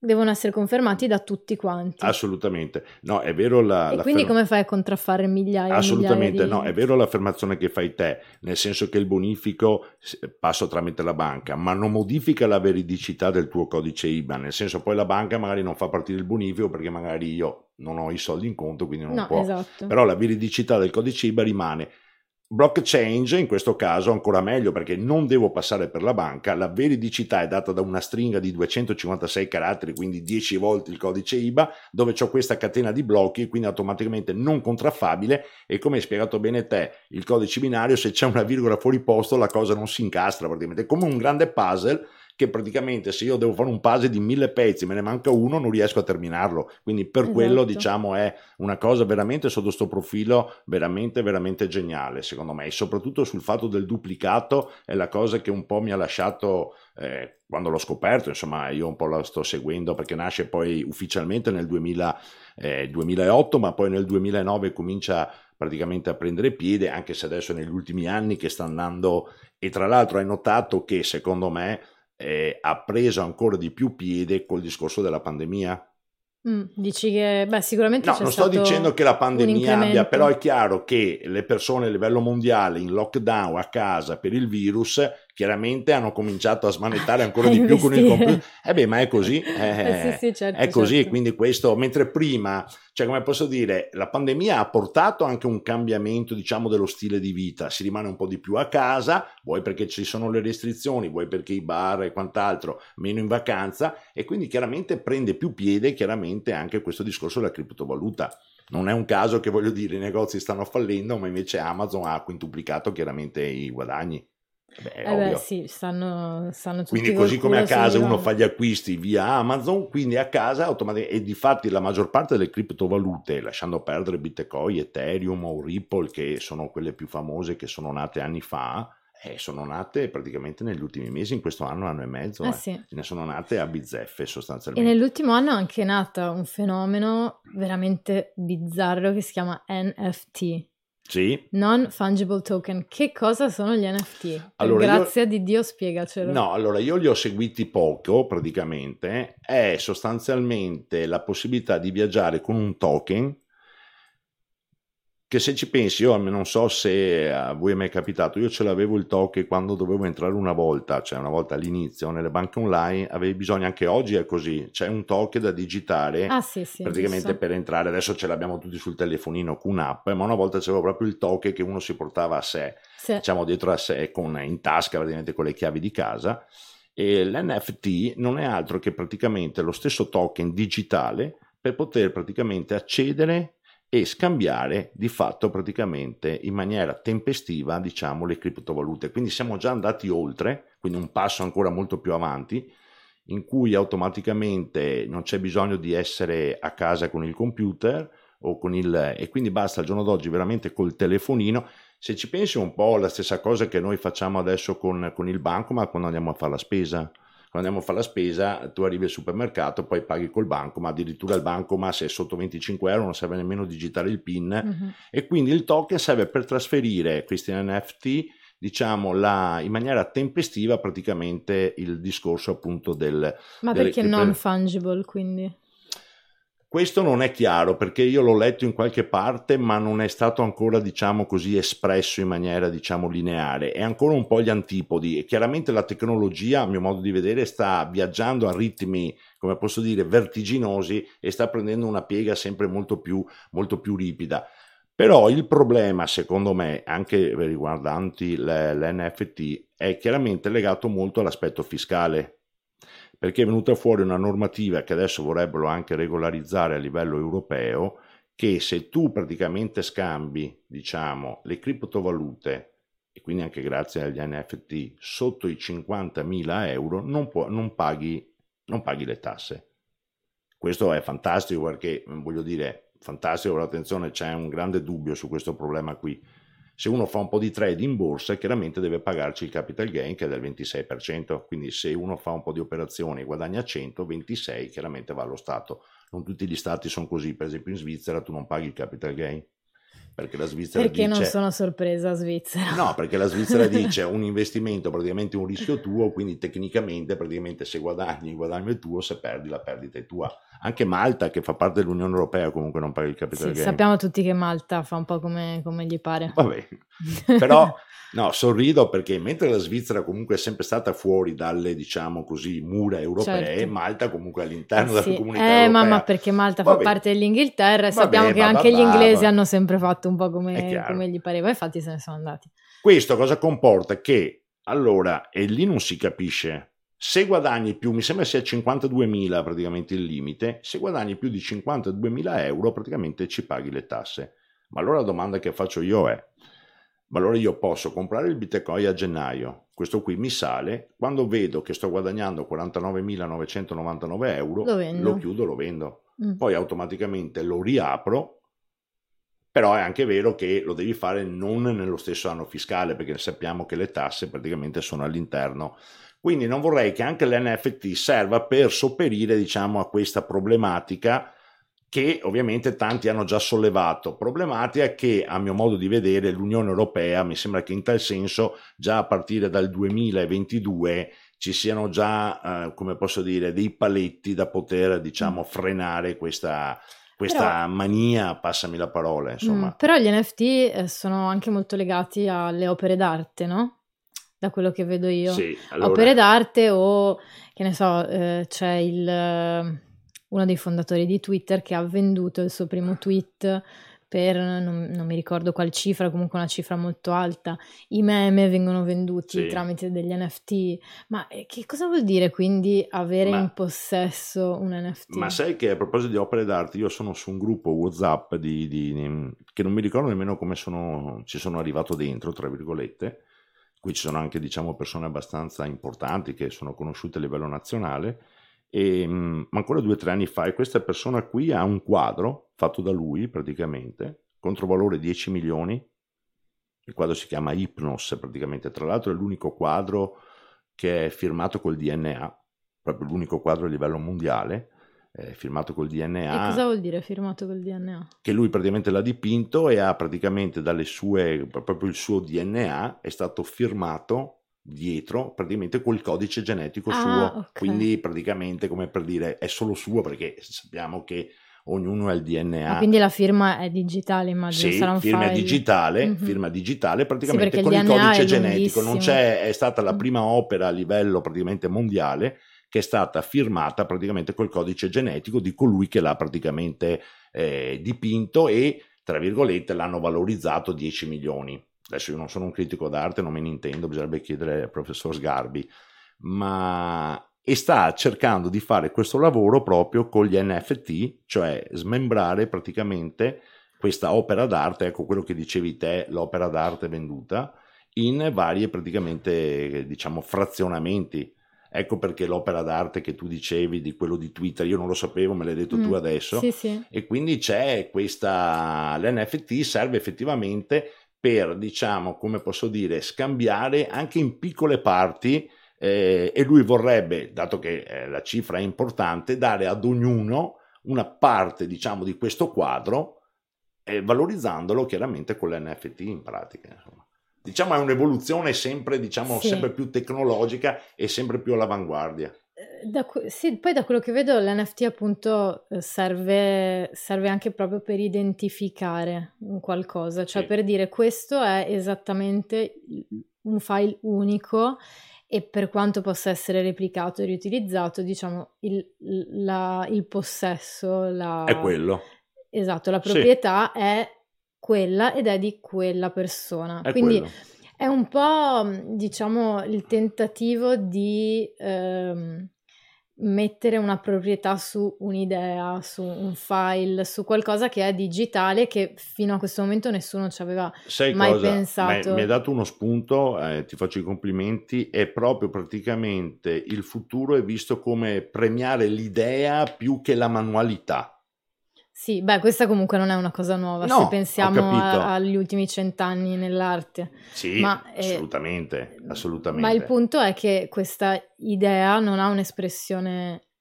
Speaker 1: devono essere confermati da tutti quanti.
Speaker 2: Assolutamente, no, è vero la...
Speaker 1: E
Speaker 2: la
Speaker 1: quindi
Speaker 2: fer-
Speaker 1: come fai a contraffare migliaia e
Speaker 2: Assolutamente,
Speaker 1: migliaia di...
Speaker 2: no, è vero l'affermazione che fai te, nel senso che il bonifico s- passa tramite la banca, ma non modifica la veridicità del tuo codice I B A N, nel senso poi la banca magari non fa partire il bonifico perché magari io non ho i soldi in conto, quindi non
Speaker 1: No,
Speaker 2: può,
Speaker 1: esatto.
Speaker 2: però la veridicità del codice I B A rimane. Blockchain in questo caso ancora meglio perché non devo passare per la banca, la veridicità è data da una stringa di duecentocinquantasei caratteri, quindi dieci volte il codice I B A, dove c'ho questa catena di blocchi, quindi automaticamente non contraffabile, e come hai spiegato bene te, il codice binario, se c'è una virgola fuori posto la cosa non si incastra praticamente, è come un grande puzzle che praticamente se io devo fare un puzzle di mille pezzi, me ne manca uno, non riesco a terminarlo, quindi per
Speaker 1: Esatto.
Speaker 2: quello diciamo è una cosa veramente sotto sto profilo veramente veramente geniale secondo me, e soprattutto sul fatto del duplicato è la cosa che un po' mi ha lasciato eh, quando l'ho scoperto, insomma io un po' la sto seguendo perché nasce poi ufficialmente nel duemila, eh, duemilaotto, ma poi nel duemilanove comincia praticamente a prendere piede, anche se adesso è negli ultimi anni che sta andando, e tra l'altro hai notato che secondo me Eh, ha preso ancora di più piede col discorso della pandemia.
Speaker 1: Mm, dici che, beh, sicuramente
Speaker 2: No,
Speaker 1: c'è
Speaker 2: non sto
Speaker 1: stato
Speaker 2: dicendo che la
Speaker 1: un
Speaker 2: pandemia abbia,
Speaker 1: incremento.
Speaker 2: però è chiaro che le persone a livello mondiale in lockdown a casa per il virus chiaramente hanno cominciato a smanettare ancora
Speaker 1: A
Speaker 2: di più con il computer.
Speaker 1: investire.
Speaker 2: Eh beh, ma è così, eh,
Speaker 1: Eh sì, sì, certo,
Speaker 2: è così,
Speaker 1: certo.
Speaker 2: quindi questo, mentre prima, cioè come posso dire, la pandemia ha portato anche un cambiamento, diciamo, dello stile di vita, si rimane un po' di più a casa, vuoi perché ci sono le restrizioni, vuoi perché i bar e quant'altro, meno in vacanza, e quindi chiaramente prende più piede chiaramente anche questo discorso della criptovaluta. Non è un caso che, voglio dire, i negozi stanno fallendo, ma invece Amazon ha quintuplicato chiaramente i guadagni. Beh, è
Speaker 1: Eh
Speaker 2: ovvio.
Speaker 1: beh, sì, stanno, stanno tutti
Speaker 2: Quindi
Speaker 1: col
Speaker 2: così come
Speaker 1: culo
Speaker 2: a casa
Speaker 1: sulle
Speaker 2: uno
Speaker 1: gonne.
Speaker 2: fa gli acquisti via Amazon, quindi a casa automaticamente, e difatti la maggior parte delle criptovalute, lasciando perdere Bitcoin, Ethereum o Ripple, che sono quelle più famose che sono nate anni fa, eh, sono nate praticamente negli ultimi mesi, in questo anno, anno e mezzo,
Speaker 1: Eh
Speaker 2: eh.
Speaker 1: sì.
Speaker 2: ne sono nate a bizzeffe
Speaker 1: E
Speaker 2: sostanzialmente.
Speaker 1: nell'ultimo anno è anche nata un fenomeno veramente bizzarro che si chiama N F T.
Speaker 2: Sì.
Speaker 1: Non fungible token. Che cosa sono gli N F T? Per
Speaker 2: Allora, io-
Speaker 1: grazia di Dio, spiegacelo.
Speaker 2: No, allora io li ho seguiti poco praticamente, è sostanzialmente la possibilità di viaggiare con un token che, se ci pensi, io non so se a voi è mai capitato, io ce l'avevo il token quando dovevo entrare una volta, cioè una volta all'inizio nelle banche online, avevi bisogno, anche oggi è così, c'è un token da digitare
Speaker 1: Ah sì, sì,
Speaker 2: praticamente
Speaker 1: giusto.
Speaker 2: per entrare, adesso ce l'abbiamo tutti sul telefonino con un'app, ma una volta c'avevo proprio il token che uno si portava a sé,
Speaker 1: Sì.
Speaker 2: diciamo dietro a sé, con, in tasca praticamente con le chiavi di casa, e l'N F T non è altro che praticamente lo stesso token digitale per poter praticamente accedere e scambiare di fatto praticamente in maniera tempestiva, diciamo, le criptovalute. Quindi siamo già andati oltre, quindi un passo ancora molto più avanti, in cui automaticamente non c'è bisogno di essere a casa con il computer o con il, e quindi basta al giorno d'oggi veramente col telefonino. Se ci pensi un po' la stessa cosa che noi facciamo adesso con, con il bancomat quando andiamo a fare la spesa. Quando andiamo a fare la spesa, tu arrivi al supermercato, poi paghi col banco, ma addirittura il banco, ma se è sotto venticinque euro non serve nemmeno digitare il PIN,
Speaker 1: Mhm.
Speaker 2: e quindi il token serve per trasferire questi N F T, diciamo, la, in maniera tempestiva praticamente il discorso appunto del...
Speaker 1: Ma
Speaker 2: delle
Speaker 1: perché
Speaker 2: cripto-
Speaker 1: non fungible, quindi?
Speaker 2: Questo non è chiaro perché io l'ho letto in qualche parte, ma non è stato ancora, diciamo così, espresso in maniera, diciamo, lineare. È ancora un po' gli antipodi, e chiaramente la tecnologia, a mio modo di vedere, sta viaggiando a ritmi, come posso dire, vertiginosi, e sta prendendo una piega sempre molto più, molto più ripida. Però il problema, secondo me, anche riguardanti l'N F T, è chiaramente legato molto all'aspetto fiscale, perché è venuta fuori una normativa che adesso vorrebbero anche regolarizzare a livello europeo, che se tu praticamente scambi, diciamo, le criptovalute, e quindi anche grazie agli N F T, sotto i cinquantamila euro, non, può, non, paghi, non paghi le tasse. Questo è fantastico perché, voglio dire, fantastico, però attenzione, c'è un grande dubbio su questo problema qui. Se uno fa un po' di trade in borsa, chiaramente deve pagarci il capital gain, che è del ventisei per cento, quindi se uno fa un po' di operazioni e guadagna cento, ventisei chiaramente va allo Stato. Non tutti gli stati sono così, per esempio in Svizzera tu non paghi il capital gain. perché la Svizzera
Speaker 1: Perché
Speaker 2: dice...
Speaker 1: non sono sorpresa Svizzera.
Speaker 2: No, perché la Svizzera dice un investimento praticamente un rischio tuo, quindi tecnicamente praticamente se guadagni il guadagno è tuo, se perdi la perdita è tua. Anche Malta, che fa parte dell'Unione Europea, comunque non paga il capital
Speaker 1: Sì,
Speaker 2: gain.
Speaker 1: sappiamo tutti che Malta fa un po' come, come gli pare.
Speaker 2: Vabbè, però no, sorrido perché mentre la Svizzera comunque è sempre stata fuori dalle, diciamo così, mura europee,
Speaker 1: Certo.
Speaker 2: Malta comunque all'interno
Speaker 1: Sì,
Speaker 2: della comunità
Speaker 1: eh,
Speaker 2: europea.
Speaker 1: ma, ma perché Malta fa
Speaker 2: Vabbè.
Speaker 1: parte dell'Inghilterra e
Speaker 2: Vabbè,
Speaker 1: sappiamo che
Speaker 2: bah,
Speaker 1: anche
Speaker 2: bah,
Speaker 1: gli inglesi
Speaker 2: bah.
Speaker 1: hanno sempre fatto un po'
Speaker 2: È
Speaker 1: come,
Speaker 2: chiaro.
Speaker 1: come gli pareva, infatti se ne sono andati.
Speaker 2: Questo cosa comporta? Che allora, e lì non si capisce, se guadagni più, mi sembra sia cinquantaduemila praticamente il limite, se guadagni più di cinquantaduemila euro praticamente ci paghi le tasse. Ma allora la domanda che faccio io è, ma allora io posso comprare il Bitcoin a gennaio, questo qui mi sale, quando vedo che sto guadagnando quarantanovemilanovecentovantanove euro,
Speaker 1: Lo vendo.
Speaker 2: lo chiudo, lo vendo,
Speaker 1: Mm.
Speaker 2: poi automaticamente lo riapro, però è anche vero che lo devi fare non nello stesso anno fiscale, perché sappiamo che le tasse praticamente sono all'interno. Quindi non vorrei che anche l'N F T serva per sopperire, diciamo, a questa problematica che ovviamente tanti hanno già sollevato, problematica che a mio modo di vedere l'Unione Europea, mi sembra che in tal senso già a partire dal duemilaventidue ci siano già, eh, come posso dire, dei paletti da poter, diciamo, frenare questa, questa
Speaker 1: Però-
Speaker 2: mania, passami la parola, insomma.
Speaker 1: Mm, però gli N F T eh, sono anche molto legati alle opere d'arte, no? Da quello che vedo io.
Speaker 2: Sì, allora,
Speaker 1: Opere d'arte o, che ne so, eh, c'è il, eh, uno dei fondatori di Twitter che ha venduto il suo primo tweet per, non, non mi ricordo qual cifra, comunque una cifra molto alta. I meme vengono venduti
Speaker 2: Sì.
Speaker 1: tramite degli N F T. Ma eh, che cosa vuol dire quindi avere
Speaker 2: Ma-
Speaker 1: in possesso un N F T?
Speaker 2: Ma sai che a proposito di opere d'arte, io sono su un gruppo WhatsApp di, di- di- che non mi ricordo nemmeno come sono, ci sono arrivato dentro, tra virgolette. Qui ci sono anche, diciamo, persone abbastanza importanti che sono conosciute a livello nazionale. E mh, ancora due o tre anni fa, e questa persona qui ha un quadro fatto da lui praticamente, controvalore dieci milioni. Il quadro si chiama Hypnos praticamente, tra l'altro è l'unico quadro che è firmato col D N A, proprio l'unico quadro a livello mondiale, eh, firmato col D N A.
Speaker 1: E cosa vuol dire firmato col D N A?
Speaker 2: Che lui praticamente l'ha dipinto e ha praticamente dalle sue, proprio il suo D N A è stato firmato dietro praticamente col codice genetico
Speaker 1: Ah,
Speaker 2: suo,
Speaker 1: ok.
Speaker 2: quindi praticamente come per dire è solo suo, perché sappiamo che ognuno ha il D N A.
Speaker 1: Ah, quindi la firma è digitale, immagino,
Speaker 2: Sì,
Speaker 1: sarà un
Speaker 2: firma
Speaker 1: file.
Speaker 2: digitale,
Speaker 1: Mhm.
Speaker 2: firma digitale praticamente
Speaker 1: perché
Speaker 2: con
Speaker 1: il
Speaker 2: il
Speaker 1: D N A
Speaker 2: codice
Speaker 1: è
Speaker 2: genetico. Non
Speaker 1: lunghissimo.
Speaker 2: c'è, è stata la
Speaker 1: Mm.
Speaker 2: prima opera a livello praticamente mondiale che è stata firmata praticamente col codice genetico di colui che l'ha praticamente eh, dipinto e, tra virgolette, l'hanno valorizzato dieci milioni. Adesso io non sono un critico d'arte, non me ne intendo, bisognerebbe chiedere al professor Sgarbi, ma e sta cercando di fare questo lavoro proprio con gli N F T, cioè smembrare praticamente questa opera d'arte, ecco quello che dicevi te, l'opera d'arte venduta, in varie praticamente, diciamo, frazionamenti. Ecco perché l'opera d'arte che tu dicevi di quello di Twitter, io non lo sapevo, me l'hai detto
Speaker 1: Mm,
Speaker 2: tu adesso,
Speaker 1: Sì, sì.
Speaker 2: e quindi c'è questa, l'N F T serve effettivamente per, diciamo, come posso dire, scambiare anche in piccole parti, eh, e lui vorrebbe, dato che eh, la cifra è importante, dare ad ognuno una parte, diciamo, di questo quadro, eh, valorizzandolo chiaramente con l'N F T in pratica, insomma. Diciamo è un'evoluzione sempre, diciamo,
Speaker 1: Sì.
Speaker 2: sempre più tecnologica e sempre più all'avanguardia.
Speaker 1: Eh, Da, que- sì, poi da quello che vedo l'N F T appunto eh, serve, serve anche proprio per identificare un qualcosa, cioè
Speaker 2: Sì.
Speaker 1: per dire questo è esattamente un file unico e per quanto possa essere replicato e riutilizzato, diciamo, il, la- il possesso, la,
Speaker 2: È quello.
Speaker 1: esatto, la
Speaker 2: Sì.
Speaker 1: proprietà è quella ed è di quella persona.
Speaker 2: È
Speaker 1: Quindi
Speaker 2: quello.
Speaker 1: è un po', diciamo, il tentativo di ehm, mettere una proprietà su un'idea, su un file, su qualcosa che è digitale che fino a questo momento nessuno ci aveva
Speaker 2: Sai
Speaker 1: mai
Speaker 2: cosa?
Speaker 1: pensato.
Speaker 2: Mi hai dato uno spunto, eh, ti faccio i complimenti, è proprio praticamente il futuro è visto come premiare l'idea più che la manualità.
Speaker 1: Sì, beh, questa comunque non è una cosa nuova,
Speaker 2: No,
Speaker 1: se
Speaker 2: ho
Speaker 1: pensiamo
Speaker 2: capito.
Speaker 1: a- agli ultimi cent'anni nell'arte.
Speaker 2: Sì,
Speaker 1: Ma, eh,
Speaker 2: assolutamente, assolutamente.
Speaker 1: Ma il punto è che questa idea non ha un'espressione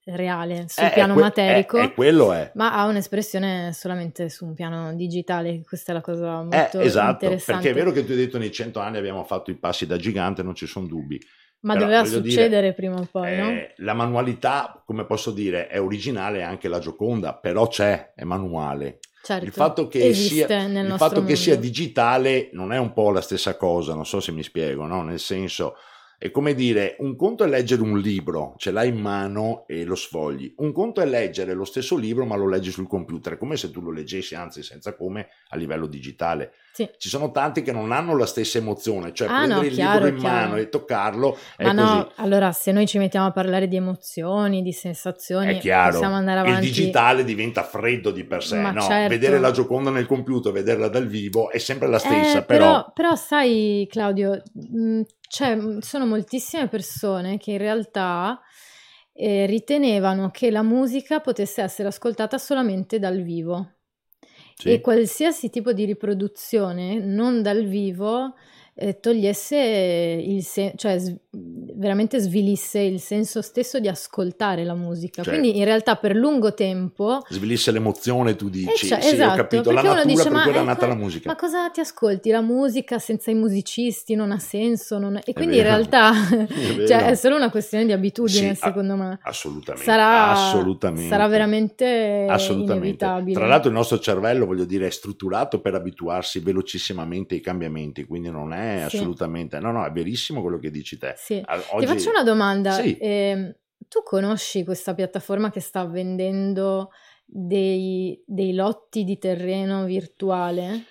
Speaker 1: reale sul
Speaker 2: Eh, è
Speaker 1: piano
Speaker 2: que-
Speaker 1: materico,
Speaker 2: è- è quello è.
Speaker 1: ma ha un'espressione solamente su un piano digitale. Questa è la cosa
Speaker 2: Eh,
Speaker 1: molto
Speaker 2: esatto,
Speaker 1: interessante.
Speaker 2: perché è vero che tu hai detto nei cento anni abbiamo fatto i passi da gigante, non ci sono dubbi.
Speaker 1: Ma
Speaker 2: Però,
Speaker 1: doveva
Speaker 2: voglio
Speaker 1: succedere
Speaker 2: dire,
Speaker 1: prima o poi, no?
Speaker 2: eh, la manualità, come posso dire, è originale anche la Gioconda, però c'è, è manuale.
Speaker 1: Certo,
Speaker 2: Il fatto che,
Speaker 1: esiste
Speaker 2: sia,
Speaker 1: nel
Speaker 2: il
Speaker 1: nostro
Speaker 2: fatto che
Speaker 1: mondo.
Speaker 2: sia digitale non è un po' la stessa cosa, non so se mi spiego, no? Nel senso, è come dire, un conto è leggere un libro, ce l'hai in mano e lo sfogli. Un conto è leggere lo stesso libro ma lo leggi sul computer, è come se tu lo leggessi, anzi senza come, a livello digitale.
Speaker 1: Sì.
Speaker 2: Ci sono tanti che non hanno la stessa emozione, cioè
Speaker 1: Ah,
Speaker 2: prendere
Speaker 1: no,
Speaker 2: il
Speaker 1: chiaro,
Speaker 2: libro in
Speaker 1: chiaro.
Speaker 2: mano e toccarlo
Speaker 1: Ma
Speaker 2: è
Speaker 1: no,
Speaker 2: così.
Speaker 1: allora se noi ci mettiamo a parlare di emozioni, di sensazioni,
Speaker 2: È chiaro,
Speaker 1: possiamo andare
Speaker 2: il
Speaker 1: avanti.
Speaker 2: digitale diventa freddo di per sé,
Speaker 1: Ma
Speaker 2: no?
Speaker 1: certo.
Speaker 2: Vedere la Gioconda nel computer, vederla dal vivo è sempre la stessa,
Speaker 1: Eh,
Speaker 2: però...
Speaker 1: però, però sai Claudio, mh, cioè, mh, sono moltissime persone che in realtà eh, ritenevano che la musica potesse essere ascoltata solamente dal vivo.
Speaker 2: Sì.
Speaker 1: E qualsiasi tipo di riproduzione non dal vivo eh, togliesse il senso, cioè s- veramente svilisse il senso stesso di ascoltare la musica.
Speaker 2: Certo.
Speaker 1: Quindi in realtà per lungo tempo
Speaker 2: Svilisse l'emozione, tu
Speaker 1: eh,
Speaker 2: dici,
Speaker 1: cioè,
Speaker 2: sì,
Speaker 1: esatto,
Speaker 2: ho capito, la
Speaker 1: perché uno
Speaker 2: natura
Speaker 1: dice,
Speaker 2: per
Speaker 1: ma,
Speaker 2: cui era
Speaker 1: eh,
Speaker 2: nata
Speaker 1: co-
Speaker 2: la musica.
Speaker 1: ma cosa ti ascolti? La musica senza i musicisti non ha senso, non- e
Speaker 2: È
Speaker 1: quindi in
Speaker 2: vero,
Speaker 1: realtà
Speaker 2: è
Speaker 1: cioè,
Speaker 2: vero.
Speaker 1: è solo una questione di abitudine,
Speaker 2: Sì, a-
Speaker 1: secondo me.
Speaker 2: assolutamente,
Speaker 1: Sarà,
Speaker 2: assolutamente.
Speaker 1: sarà veramente
Speaker 2: Assolutamente.
Speaker 1: inevitabile.
Speaker 2: Tra l'altro il nostro cervello, voglio dire, è strutturato per abituarsi velocissimamente ai cambiamenti, quindi non è
Speaker 1: Sì.
Speaker 2: assolutamente... No, no, è verissimo quello che dici te.
Speaker 1: Sì.
Speaker 2: A-
Speaker 1: Ti
Speaker 2: oggi-
Speaker 1: faccio una domanda.
Speaker 2: Sì.
Speaker 1: Ehm, tu conosci questa piattaforma che sta vendendo dei, dei lotti di terreno virtuale?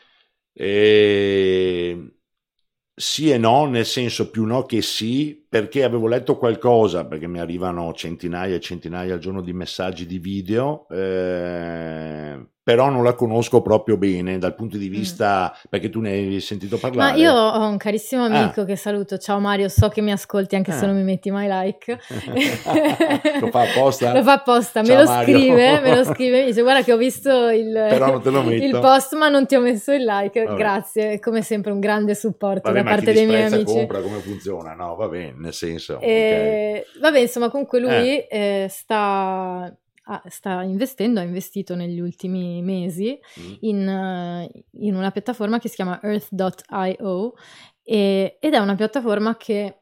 Speaker 2: E... Sì e no, nel senso più no che sì, perché avevo letto qualcosa, perché mi arrivano centinaia e centinaia al giorno di messaggi di video, eh, però non la conosco proprio bene dal punto di vista, perché tu ne hai sentito
Speaker 1: Ma
Speaker 2: parlare.
Speaker 1: io ho un carissimo amico
Speaker 2: Ah.
Speaker 1: che saluto, ciao Mario, so che mi ascolti anche se
Speaker 2: Ah.
Speaker 1: non mi metti mai like.
Speaker 2: Lo fa apposta?
Speaker 1: Lo fa apposta, me
Speaker 2: Ciao,
Speaker 1: lo
Speaker 2: Mario.
Speaker 1: scrive, me lo scrive, mi dice guarda che ho visto il,
Speaker 2: Però non te lo metto.
Speaker 1: il post ma non ti ho messo il like,
Speaker 2: Vabbè.
Speaker 1: Grazie, come sempre un grande supporto
Speaker 2: Vabbè,
Speaker 1: da
Speaker 2: ma
Speaker 1: parte
Speaker 2: chi
Speaker 1: dei miei
Speaker 2: disprezza
Speaker 1: amici.
Speaker 2: compra, come funziona? No, va bene, nel senso...
Speaker 1: E, vabbè, insomma, comunque lui
Speaker 2: Eh.
Speaker 1: eh, sta, ah, sta investendo, ha investito negli ultimi mesi
Speaker 2: Mm.
Speaker 1: in, eh, in una piattaforma che si chiama earth punto io e- ed è una piattaforma che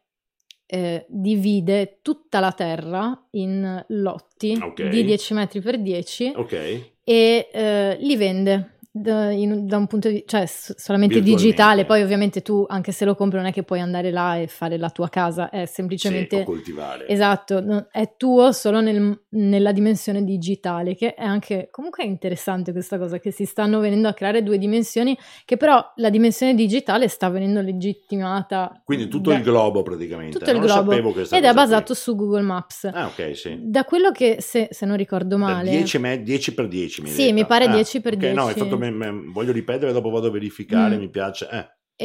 Speaker 1: eh, divide tutta la Terra in lotti
Speaker 2: Ok.
Speaker 1: di dieci metri per dieci
Speaker 2: Ok.
Speaker 1: e eh, li vende da, in- da un punto di cioè s- solamente
Speaker 2: Virtualmente.
Speaker 1: digitale. Poi ovviamente tu anche se lo compri non è che puoi andare là e fare la tua casa, è
Speaker 2: Sì,
Speaker 1: semplicemente
Speaker 2: o coltivare.
Speaker 1: esatto, no- è tuo solo nel- nella dimensione digitale, che è anche comunque è interessante questa cosa, che si stanno venendo a creare due dimensioni, che però la dimensione digitale sta venendo legittimata
Speaker 2: Quindi tutto
Speaker 1: da-
Speaker 2: il globo praticamente.
Speaker 1: tutto il
Speaker 2: non
Speaker 1: globo
Speaker 2: sapevo questa
Speaker 1: ed è
Speaker 2: cosa qui.
Speaker 1: basato su Google Maps.
Speaker 2: Ah, ok, sì.
Speaker 1: Da quello che, se, se non ricordo
Speaker 2: Da
Speaker 1: male,
Speaker 2: dieci, me- dieci per dieci mi hai
Speaker 1: Sì,
Speaker 2: detto.
Speaker 1: mi pare
Speaker 2: Ah,
Speaker 1: dieci per
Speaker 2: ok, no, hai
Speaker 1: dieci.
Speaker 2: fatto me- me- voglio ripetere, dopo vado a verificare,
Speaker 1: Mm.
Speaker 2: mi piace. Eh,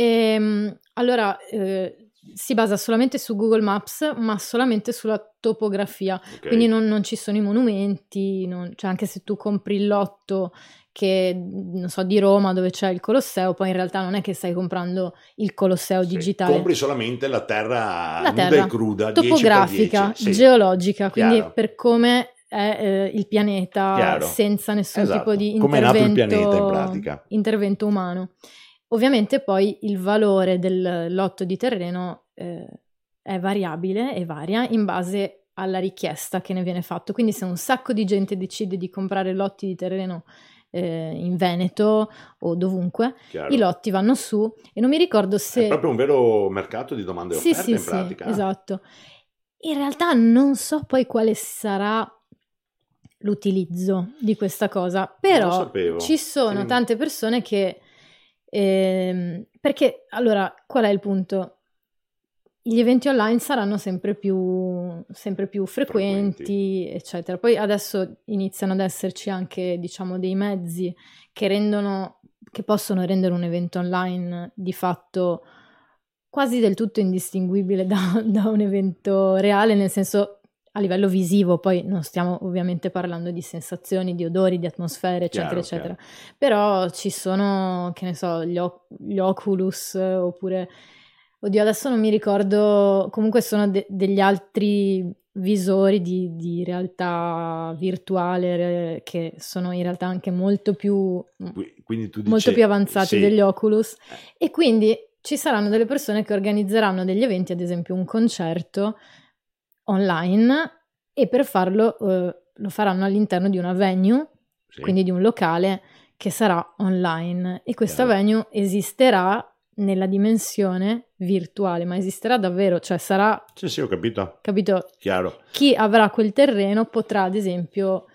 Speaker 1: Ehm, allora, eh, si basa solamente su Google Maps, ma solamente sulla topografia.
Speaker 2: ok.
Speaker 1: Quindi non, non ci sono i monumenti, non- cioè anche se tu compri il lotto che, non so, di Roma dove c'è il Colosseo, poi in realtà non è che stai comprando il Colosseo
Speaker 2: Sì,
Speaker 1: digitale.
Speaker 2: compri solamente la terra
Speaker 1: La
Speaker 2: nuda
Speaker 1: terra
Speaker 2: e cruda, dieci per
Speaker 1: topografica,
Speaker 2: dieci, sì.
Speaker 1: geologica, quindi
Speaker 2: Chiaro.
Speaker 1: per come è eh, il pianeta
Speaker 2: Chiaro.
Speaker 1: senza nessun
Speaker 2: Esatto.
Speaker 1: tipo di
Speaker 2: Come è nato il
Speaker 1: intervento,
Speaker 2: pianeta in pratica.
Speaker 1: intervento umano. Ovviamente poi il valore del lotto di terreno eh, è variabile e varia in base alla richiesta che ne viene fatto. Quindi se un sacco di gente decide di comprare lotti di terreno eh, in Veneto o dovunque,
Speaker 2: Chiaro.
Speaker 1: i lotti vanno su e non mi ricordo se...
Speaker 2: È proprio un vero mercato di domande e
Speaker 1: Sì,
Speaker 2: offerte
Speaker 1: sì,
Speaker 2: in
Speaker 1: sì,
Speaker 2: pratica. Ah,
Speaker 1: esatto. In realtà non so poi quale sarà l'utilizzo di questa cosa,
Speaker 2: Non lo
Speaker 1: però
Speaker 2: sapevo.
Speaker 1: ci sono
Speaker 2: Sì.
Speaker 1: tante persone che... ehm, perché, allora, qual è il punto? Gli eventi online saranno sempre più, sempre più frequenti,
Speaker 2: Frequenti.
Speaker 1: eccetera. Poi adesso iniziano ad esserci anche, diciamo, dei mezzi che rendono, che possono rendere un evento online di fatto quasi del tutto indistinguibile da, da un evento reale, nel senso a livello visivo, poi non stiamo ovviamente parlando di sensazioni, di odori, di atmosfere, eccetera,
Speaker 2: Chiaro,
Speaker 1: eccetera. Però ci sono, che ne so, gli, o- gli Oculus oppure... Oddio, adesso non mi ricordo, comunque sono de- degli altri visori di, di realtà virtuale che sono in realtà anche molto più,
Speaker 2: quindi tu dici,
Speaker 1: molto più avanzati
Speaker 2: sì.
Speaker 1: degli Oculus, e quindi ci saranno delle persone che organizzeranno degli eventi, ad esempio un concerto online, e per farlo eh, lo faranno all'interno di una venue,
Speaker 2: Sì.
Speaker 1: quindi di un locale che sarà online, e questa
Speaker 2: Chiaro.
Speaker 1: venue esisterà nella dimensione virtuale, ma esisterà davvero, cioè sarà...
Speaker 2: Sì, sì, ho capito.
Speaker 1: Capito?
Speaker 2: Chiaro.
Speaker 1: Chi avrà quel terreno potrà, ad esempio,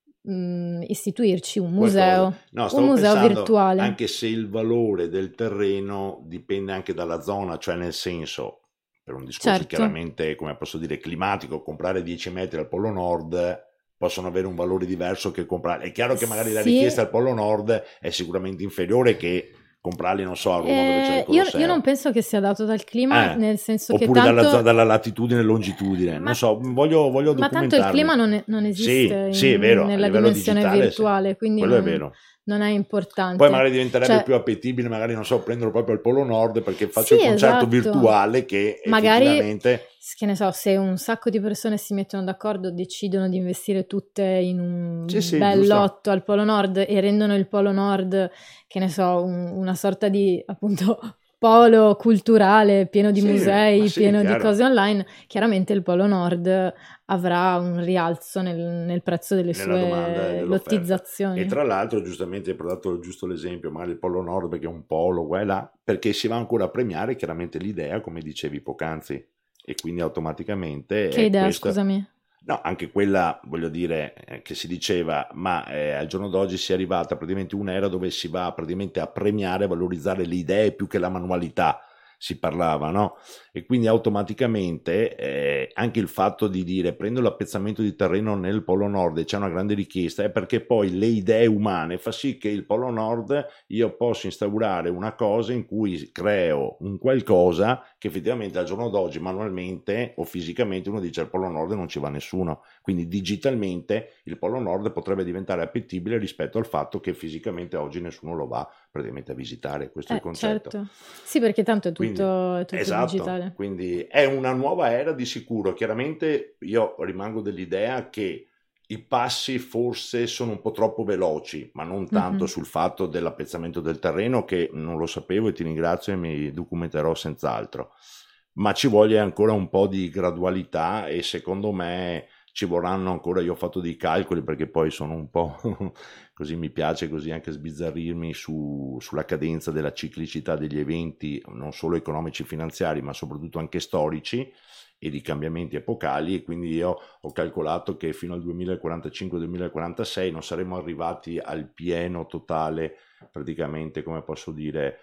Speaker 1: mh, istituirci un museo,
Speaker 2: no,
Speaker 1: un museo
Speaker 2: pensando,
Speaker 1: virtuale.
Speaker 2: Anche se il valore del terreno dipende anche dalla zona, cioè nel senso, per un discorso
Speaker 1: Certo.
Speaker 2: chiaramente, come posso dire, climatico, comprare dieci metri al Polo Nord possono avere un valore diverso che comprare. È chiaro che magari la
Speaker 1: Sì.
Speaker 2: richiesta al Polo Nord è sicuramente inferiore che comprarli, non so, a Roma dove c'è il
Speaker 1: Eh, io,
Speaker 2: Colosseo.
Speaker 1: io non penso che sia dato dal clima,
Speaker 2: Eh,
Speaker 1: nel senso
Speaker 2: oppure
Speaker 1: che tanto...
Speaker 2: dalla, zo- dalla latitudine e longitudine,
Speaker 1: Ma-
Speaker 2: non so, voglio, voglio
Speaker 1: Ma tanto il
Speaker 2: documentarmi.
Speaker 1: clima non, è- non esiste
Speaker 2: Sì, sì, è vero,
Speaker 1: in-
Speaker 2: a
Speaker 1: nella
Speaker 2: livello
Speaker 1: dimensione
Speaker 2: digitale,
Speaker 1: virtuale,
Speaker 2: sì.
Speaker 1: quindi
Speaker 2: Quello è
Speaker 1: non,
Speaker 2: vero.
Speaker 1: non è importante.
Speaker 2: Poi magari diventerebbe
Speaker 1: Cioè,
Speaker 2: più appetibile, magari, non so, prenderlo proprio al Polo Nord perché faccio
Speaker 1: sì,
Speaker 2: il concerto
Speaker 1: esatto.
Speaker 2: virtuale che
Speaker 1: Magari,
Speaker 2: effettivamente...
Speaker 1: che ne so, se un sacco di persone si mettono d'accordo, decidono di investire tutte in un
Speaker 2: Sì, sì,
Speaker 1: bel
Speaker 2: giusto.
Speaker 1: lotto al Polo Nord e rendono il Polo Nord, che ne so, un- una sorta di, appunto, polo culturale pieno di
Speaker 2: Sì,
Speaker 1: musei,
Speaker 2: ma sì,
Speaker 1: pieno di
Speaker 2: chiaro.
Speaker 1: cose online, chiaramente il Polo Nord avrà un rialzo nel, nel prezzo delle
Speaker 2: Nella domanda e
Speaker 1: sue
Speaker 2: dell'offerta.
Speaker 1: lottizzazioni.
Speaker 2: E tra l'altro, giustamente hai dato giusto l'esempio, magari il Polo Nord perché è un polo qua e là, perché si va ancora a premiare chiaramente l'idea, come dicevi poc'anzi, e quindi automaticamente
Speaker 1: Che
Speaker 2: è
Speaker 1: idea,
Speaker 2: questa...
Speaker 1: scusami?
Speaker 2: No, anche quella, voglio dire, eh, che si diceva, ma eh, al giorno d'oggi si è arrivata praticamente un'era dove si va praticamente a premiare, a valorizzare le idee più che la manualità, si parlava, no? E quindi automaticamente eh, anche il fatto di dire prendo l'appezzamento di terreno nel Polo Nord e c'è una grande richiesta è perché poi le idee umane fa sì che il Polo Nord io posso instaurare una cosa in cui creo un qualcosa che effettivamente al giorno d'oggi manualmente o fisicamente uno dice al Polo Nord non ci va nessuno, quindi digitalmente il Polo Nord potrebbe diventare appetibile rispetto al fatto che fisicamente oggi nessuno lo va praticamente a visitare, questo è
Speaker 1: Eh,
Speaker 2: il concetto.
Speaker 1: certo. Sì, perché tanto è tutto,
Speaker 2: Quindi,
Speaker 1: è tutto
Speaker 2: esatto,
Speaker 1: digitale.
Speaker 2: quindi è una nuova era di sicuro. Chiaramente io rimango dell'idea che i passi forse sono un po' troppo veloci, ma non tanto
Speaker 1: Mhm.
Speaker 2: sul fatto dell'appezzamento del terreno, che non lo sapevo e ti ringrazio e mi documenterò senz'altro, ma ci vuole ancora un po' di gradualità e secondo me ci vorranno ancora, io ho fatto dei calcoli perché poi sono un po' così, mi piace così anche sbizzarrirmi su, sulla cadenza della ciclicità degli eventi, non solo economici e finanziari, ma soprattutto anche storici e di cambiamenti epocali, e quindi io ho calcolato che fino al duemilaquarantacinque duemilaquarantasei non saremo arrivati al pieno totale, praticamente, come posso dire,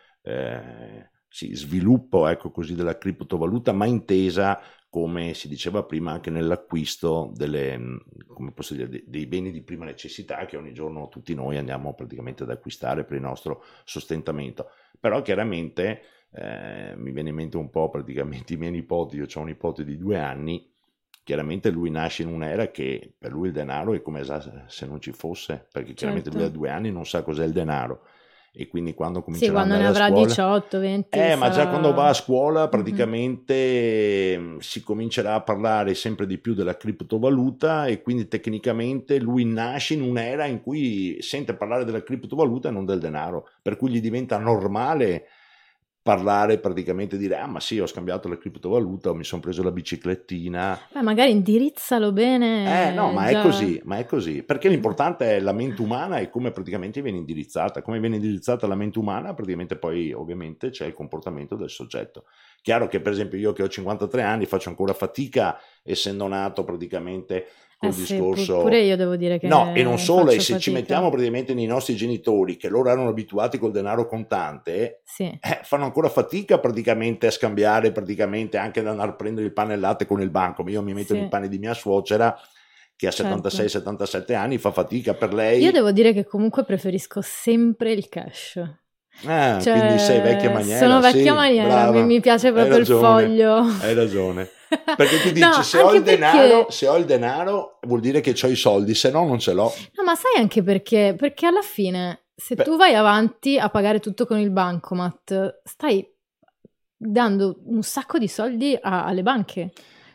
Speaker 2: eh, sì, sviluppo, ecco così, della criptovaluta, ma intesa come si diceva prima anche nell'acquisto delle, come posso dire, dei, dei beni di prima necessità che ogni giorno tutti noi andiamo praticamente ad acquistare per il nostro sostentamento. Però chiaramente eh, mi viene in mente un po' praticamente i miei nipoti, io ho un nipote di due anni, chiaramente lui nasce in un'era che per lui il denaro è come se non ci fosse, perché chiaramente
Speaker 1: Certo.
Speaker 2: lui ha due anni e non sa cos'è il denaro. E quindi quando comincerà
Speaker 1: Sì, quando
Speaker 2: ad
Speaker 1: ne
Speaker 2: andare
Speaker 1: avrà
Speaker 2: a scuola,
Speaker 1: diciotto venti
Speaker 2: eh, ma
Speaker 1: sarà...
Speaker 2: già quando va a scuola
Speaker 1: Mhm.
Speaker 2: praticamente mm, si comincerà a parlare sempre di più della criptovaluta e quindi tecnicamente lui nasce in un'era in cui sente parlare della criptovaluta e non del denaro, per cui gli diventa normale parlare, praticamente dire ah ma sì, ho scambiato la criptovaluta o mi sono preso la biciclettina.
Speaker 1: Beh, magari indirizzalo bene.
Speaker 2: Eh no, ma
Speaker 1: già...
Speaker 2: è così, ma è così, perché l'importante è la mente umana e come praticamente viene indirizzata, come viene indirizzata la mente umana, praticamente poi ovviamente c'è il comportamento del soggetto. Chiaro che per esempio io che ho cinquantatré anni faccio ancora fatica, essendo nato praticamente col
Speaker 1: Eh sì,
Speaker 2: discorso...
Speaker 1: pure io devo dire che
Speaker 2: No, e non solo, e
Speaker 1: faccio
Speaker 2: se ci
Speaker 1: fatica.
Speaker 2: mettiamo praticamente nei nostri genitori, che loro erano abituati col denaro contante,
Speaker 1: Sì.
Speaker 2: eh, fanno ancora fatica praticamente a scambiare, praticamente anche ad andare a prendere il pane e il latte con il banco. Io mi metto
Speaker 1: Sì.
Speaker 2: nei panni di mia suocera, che ha settantasei settantasette anni, fa fatica per lei.
Speaker 1: Io devo dire che comunque preferisco sempre il cash.
Speaker 2: Ah,
Speaker 1: Cioè,
Speaker 2: quindi sei vecchia maniera.
Speaker 1: sono vecchia
Speaker 2: sì,
Speaker 1: maniera, mi,
Speaker 2: brava.
Speaker 1: mi piace
Speaker 2: Hai
Speaker 1: proprio
Speaker 2: ragione,
Speaker 1: il foglio.
Speaker 2: Hai ragione. Perché tu dici,
Speaker 1: No,
Speaker 2: se ho
Speaker 1: anche
Speaker 2: il denaro,
Speaker 1: perché-
Speaker 2: se ho il denaro vuol dire che ho i soldi, se no non ce l'ho.
Speaker 1: No, ma sai anche perché? Perché alla fine, se
Speaker 2: Beh.
Speaker 1: tu vai avanti a pagare tutto con il bancomat, stai dando un sacco di soldi a- alle banche.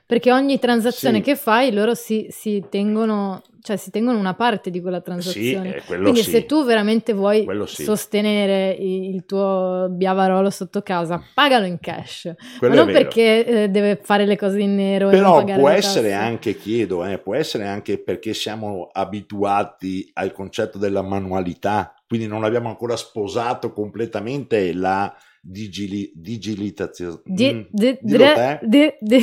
Speaker 1: perché ogni transazione
Speaker 2: Sì.
Speaker 1: che fai loro si, si tengono, cioè si tengono una parte di quella
Speaker 2: Sì,
Speaker 1: transazione.
Speaker 2: eh, quello
Speaker 1: Quindi
Speaker 2: sì.
Speaker 1: se tu veramente vuoi
Speaker 2: Quello sì.
Speaker 1: sostenere i- il tuo biavarolo sotto casa, pagalo in cash,
Speaker 2: Quello
Speaker 1: ma
Speaker 2: è
Speaker 1: non
Speaker 2: vero.
Speaker 1: perché eh, deve fare le cose in nero e non
Speaker 2: Però
Speaker 1: pagare
Speaker 2: può
Speaker 1: le
Speaker 2: essere
Speaker 1: tasse.
Speaker 2: anche, chiedo, eh, può essere anche perché siamo abituati al concetto della manualità, quindi non abbiamo ancora sposato completamente la digili, digilitazione.
Speaker 1: Di-
Speaker 2: Mm,
Speaker 1: di-
Speaker 2: dillo
Speaker 1: dre-
Speaker 2: te.
Speaker 1: di- di-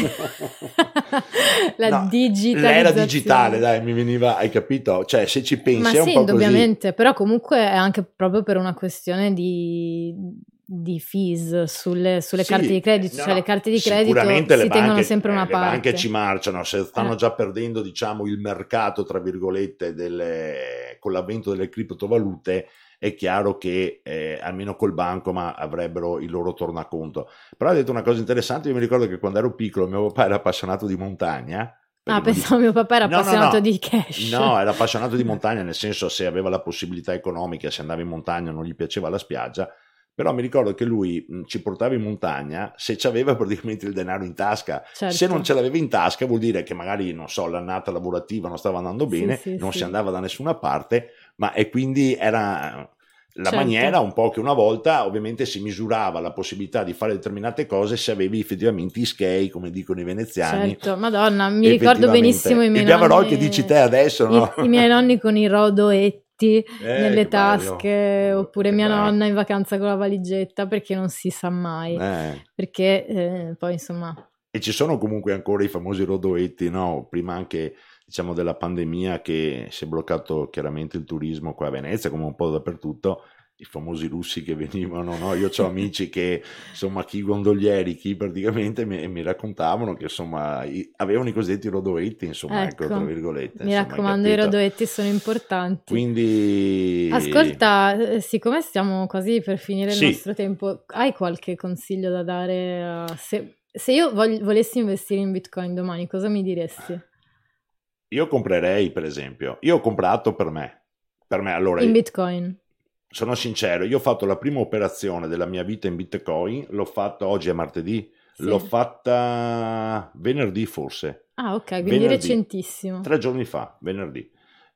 Speaker 1: La
Speaker 2: No, l'era
Speaker 1: digitalizzazione.
Speaker 2: digitale, dai, mi veniva, hai capito? Cioè, se ci
Speaker 1: Ma
Speaker 2: pensi è un
Speaker 1: sì,
Speaker 2: po' così.
Speaker 1: indubbiamente, però comunque è anche proprio per una questione di, di fees sulle, sulle carte di
Speaker 2: Sì,
Speaker 1: credito,
Speaker 2: no,
Speaker 1: cioè
Speaker 2: no,
Speaker 1: le carte di credito
Speaker 2: sicuramente le
Speaker 1: si tengono
Speaker 2: banche,
Speaker 1: sempre
Speaker 2: eh,
Speaker 1: una
Speaker 2: le banche
Speaker 1: parte.
Speaker 2: ci marciano, se stanno
Speaker 1: Eh.
Speaker 2: già perdendo, diciamo, il mercato, tra virgolette, delle, con l'avvento delle criptovalute, è chiaro che eh, almeno col banco ma avrebbero il loro tornaconto. Però hai detto una cosa interessante, io mi ricordo che quando ero piccolo mio papà era appassionato di montagna.
Speaker 1: Ah,
Speaker 2: perché non gli-
Speaker 1: pensavo mio papà era
Speaker 2: No, no,
Speaker 1: appassionato
Speaker 2: no.
Speaker 1: di cash.
Speaker 2: No, era appassionato di montagna, nel senso se aveva la possibilità economica, se andava in montagna non gli piaceva la spiaggia, però mi ricordo che lui mh, ci portava in montagna se c'aveva praticamente il denaro in tasca.
Speaker 1: Certo.
Speaker 2: Se non ce l'aveva in tasca vuol dire che magari, non so, l'annata lavorativa non stava andando
Speaker 1: Sì,
Speaker 2: bene,
Speaker 1: sì,
Speaker 2: non
Speaker 1: sì.
Speaker 2: si andava da nessuna parte, ma e quindi era la
Speaker 1: Certo.
Speaker 2: maniera un po' che una volta ovviamente si misurava la possibilità di fare determinate cose se avevi effettivamente i skei, come dicono i veneziani.
Speaker 1: Certo, Madonna, mi ricordo
Speaker 2: Effettivamente.
Speaker 1: benissimo i miei
Speaker 2: Il biavarò
Speaker 1: nonni,
Speaker 2: che dici te adesso, no?
Speaker 1: i, i miei nonni con i rodoetti
Speaker 2: Eh,
Speaker 1: nelle
Speaker 2: che
Speaker 1: tasche,
Speaker 2: bello.
Speaker 1: oppure
Speaker 2: Che
Speaker 1: mia
Speaker 2: bello.
Speaker 1: nonna in vacanza con la valigetta, perché non si sa mai,
Speaker 2: Eh.
Speaker 1: perché eh, poi insomma...
Speaker 2: E ci sono comunque ancora i famosi rodoetti, no? Prima anche, diciamo, della pandemia che si è bloccato chiaramente il turismo qua a Venezia, come un po' dappertutto, i famosi russi che venivano, no? Io ho amici che, insomma, chi gondolieri, chi praticamente mi, mi raccontavano che, insomma, i, avevano i cosiddetti rodoetti, insomma, ecco,
Speaker 1: Ecco,
Speaker 2: tra virgolette.
Speaker 1: mi
Speaker 2: insomma, hai
Speaker 1: raccomando, i
Speaker 2: capito?
Speaker 1: rodoetti sono importanti.
Speaker 2: Quindi...
Speaker 1: Ascolta, eh, siccome stiamo quasi per finire il
Speaker 2: Sì.
Speaker 1: nostro tempo, hai qualche consiglio da dare? a- Se, se io vog- volessi investire in Bitcoin domani, cosa mi diresti?
Speaker 2: Io comprerei, per esempio, io ho comprato per me, per me, allora...
Speaker 1: In Bitcoin?
Speaker 2: Sono sincero, io ho fatto la prima operazione della mia vita in Bitcoin, l'ho fatta oggi è martedì,
Speaker 1: Sì.
Speaker 2: l'ho fatta venerdì forse.
Speaker 1: Ah, ok, quindi
Speaker 2: Venerdì.
Speaker 1: recentissimo.
Speaker 2: Tre giorni fa, venerdì.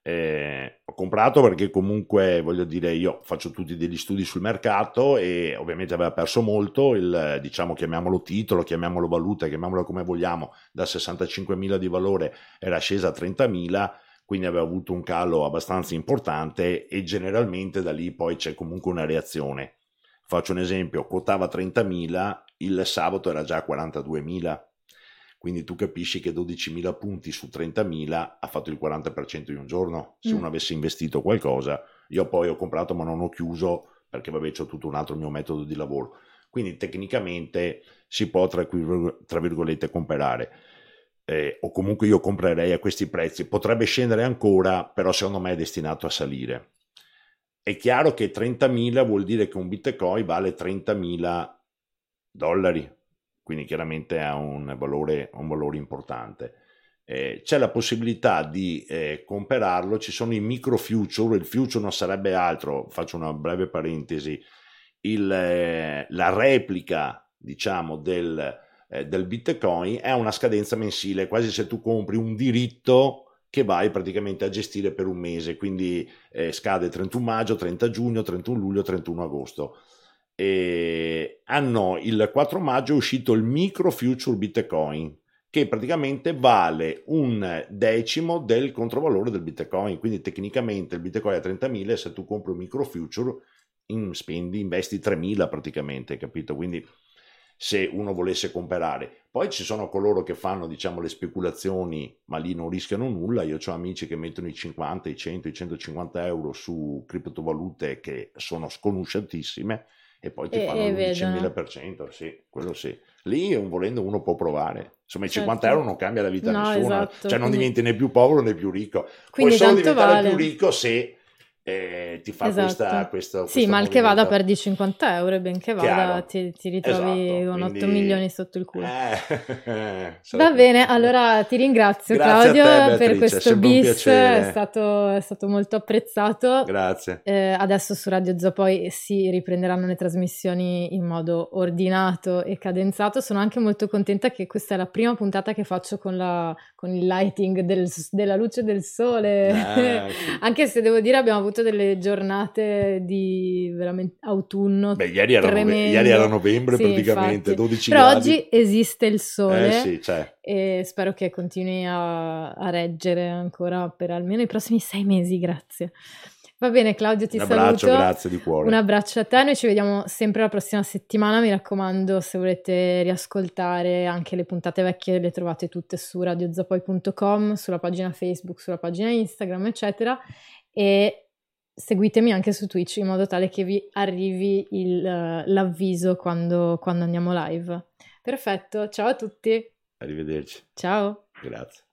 Speaker 2: Eh, ho comprato perché comunque, voglio dire, io faccio tutti degli studi sul mercato e ovviamente aveva perso molto il, diciamo, chiamiamolo titolo, chiamiamolo valuta, chiamiamolo come vogliamo, da sessantacinquemila di valore era scesa a trentamila, quindi aveva avuto un calo abbastanza importante e generalmente da lì poi c'è comunque una reazione. Faccio un esempio, quotava trentamila, il sabato era già a quarantaduemila, quindi tu capisci che dodicimila punti su trentamila ha fatto il quaranta per cento in un giorno. Se
Speaker 1: Mm.
Speaker 2: uno avesse investito qualcosa, io poi ho comprato ma non ho chiuso perché vabbè c'ho tutto un altro mio metodo di lavoro. Quindi tecnicamente si può tra, tra virgolette comprare. Eh, o comunque io comprerei a questi prezzi, potrebbe scendere ancora, però secondo me è destinato a salire. È chiaro che trentamila vuol dire che un Bitcoin vale trentamila dollari, quindi chiaramente ha un valore, un valore importante. Eh, c'è la possibilità di eh, comprarlo, ci sono i micro future, il future non sarebbe altro, faccio una breve parentesi, il, eh, la replica diciamo del del Bitcoin è una scadenza mensile, quasi se tu compri un diritto che vai praticamente a gestire per un mese, quindi eh, scade trentuno maggio, trenta giugno, trentuno luglio, trentuno agosto. E hanno il quattro maggio è uscito il micro future Bitcoin che praticamente vale un decimo del controvalore del Bitcoin, quindi tecnicamente il Bitcoin è a trentamila e se tu compri un micro future in, spendi, investi tremila praticamente, capito? Quindi se uno volesse comprare. Poi ci sono coloro che fanno, diciamo, le speculazioni, ma lì non rischiano nulla. Io ho amici che mettono i cinquanta, i cento, i centocinquanta euro su criptovalute che sono sconosciutissime e poi ti
Speaker 1: E-
Speaker 2: fanno
Speaker 1: e
Speaker 2: l'undicimila per cento, sì, quello sì. Lì, un- volendo, uno può provare. Insomma, i
Speaker 1: Certo.
Speaker 2: cinquanta euro non cambia la vita a
Speaker 1: No,
Speaker 2: nessuno,
Speaker 1: esatto,
Speaker 2: cioè non
Speaker 1: quindi-
Speaker 2: diventi né più povero né più ricco.
Speaker 1: Quindi
Speaker 2: Puoi solo
Speaker 1: tanto
Speaker 2: diventare
Speaker 1: vale.
Speaker 2: più ricco se e ti fa
Speaker 1: Esatto.
Speaker 2: questa, questo,
Speaker 1: Sì,
Speaker 2: questo
Speaker 1: mal che vada
Speaker 2: movimento.
Speaker 1: perdi cinquanta euro, ben che vada
Speaker 2: Chiaro.
Speaker 1: ti, ti ritrovi
Speaker 2: Esatto,
Speaker 1: con
Speaker 2: quindi-
Speaker 1: otto milioni sotto il culo.
Speaker 2: Eh,
Speaker 1: Va
Speaker 2: sarebbe-
Speaker 1: bene, allora ti ringrazio
Speaker 2: Grazie a te,
Speaker 1: Claudio
Speaker 2: Beatrice,
Speaker 1: per
Speaker 2: è
Speaker 1: questo
Speaker 2: sempre un
Speaker 1: bis,
Speaker 2: piacere.
Speaker 1: è stato, è stato molto apprezzato.
Speaker 2: Grazie.
Speaker 1: Eh, adesso su Radio Zoo poi si riprenderanno le trasmissioni in modo ordinato e cadenzato. Sono anche molto contenta che questa è la prima puntata che faccio con, la, con il lighting del- della luce del sole.
Speaker 2: Eh, sì.
Speaker 1: Anche se devo dire abbiamo avuto delle giornate di veramente autunno.
Speaker 2: Beh, ieri era, nove-
Speaker 1: tremendo.
Speaker 2: ieri era novembre
Speaker 1: Sì,
Speaker 2: praticamente,
Speaker 1: infatti.
Speaker 2: dodici
Speaker 1: Però
Speaker 2: gradi.
Speaker 1: oggi esiste il sole
Speaker 2: Eh sì, c'è.
Speaker 1: e spero che continui a, a reggere ancora per almeno i prossimi sei mesi, grazie. Va bene Claudio, ti
Speaker 2: Un abbraccio,
Speaker 1: saluto.
Speaker 2: grazie di cuore.
Speaker 1: Un abbraccio a te, noi ci vediamo sempre la prossima settimana, mi raccomando, se volete riascoltare anche le puntate vecchie le trovate tutte su radio zapoi punto com, sulla pagina Facebook, sulla pagina Instagram, eccetera, e seguitemi anche su Twitch in modo tale che vi arrivi il, eh, l'avviso quando, quando andiamo live. Perfetto, ciao a tutti.
Speaker 2: Arrivederci.
Speaker 1: Ciao.
Speaker 2: Grazie.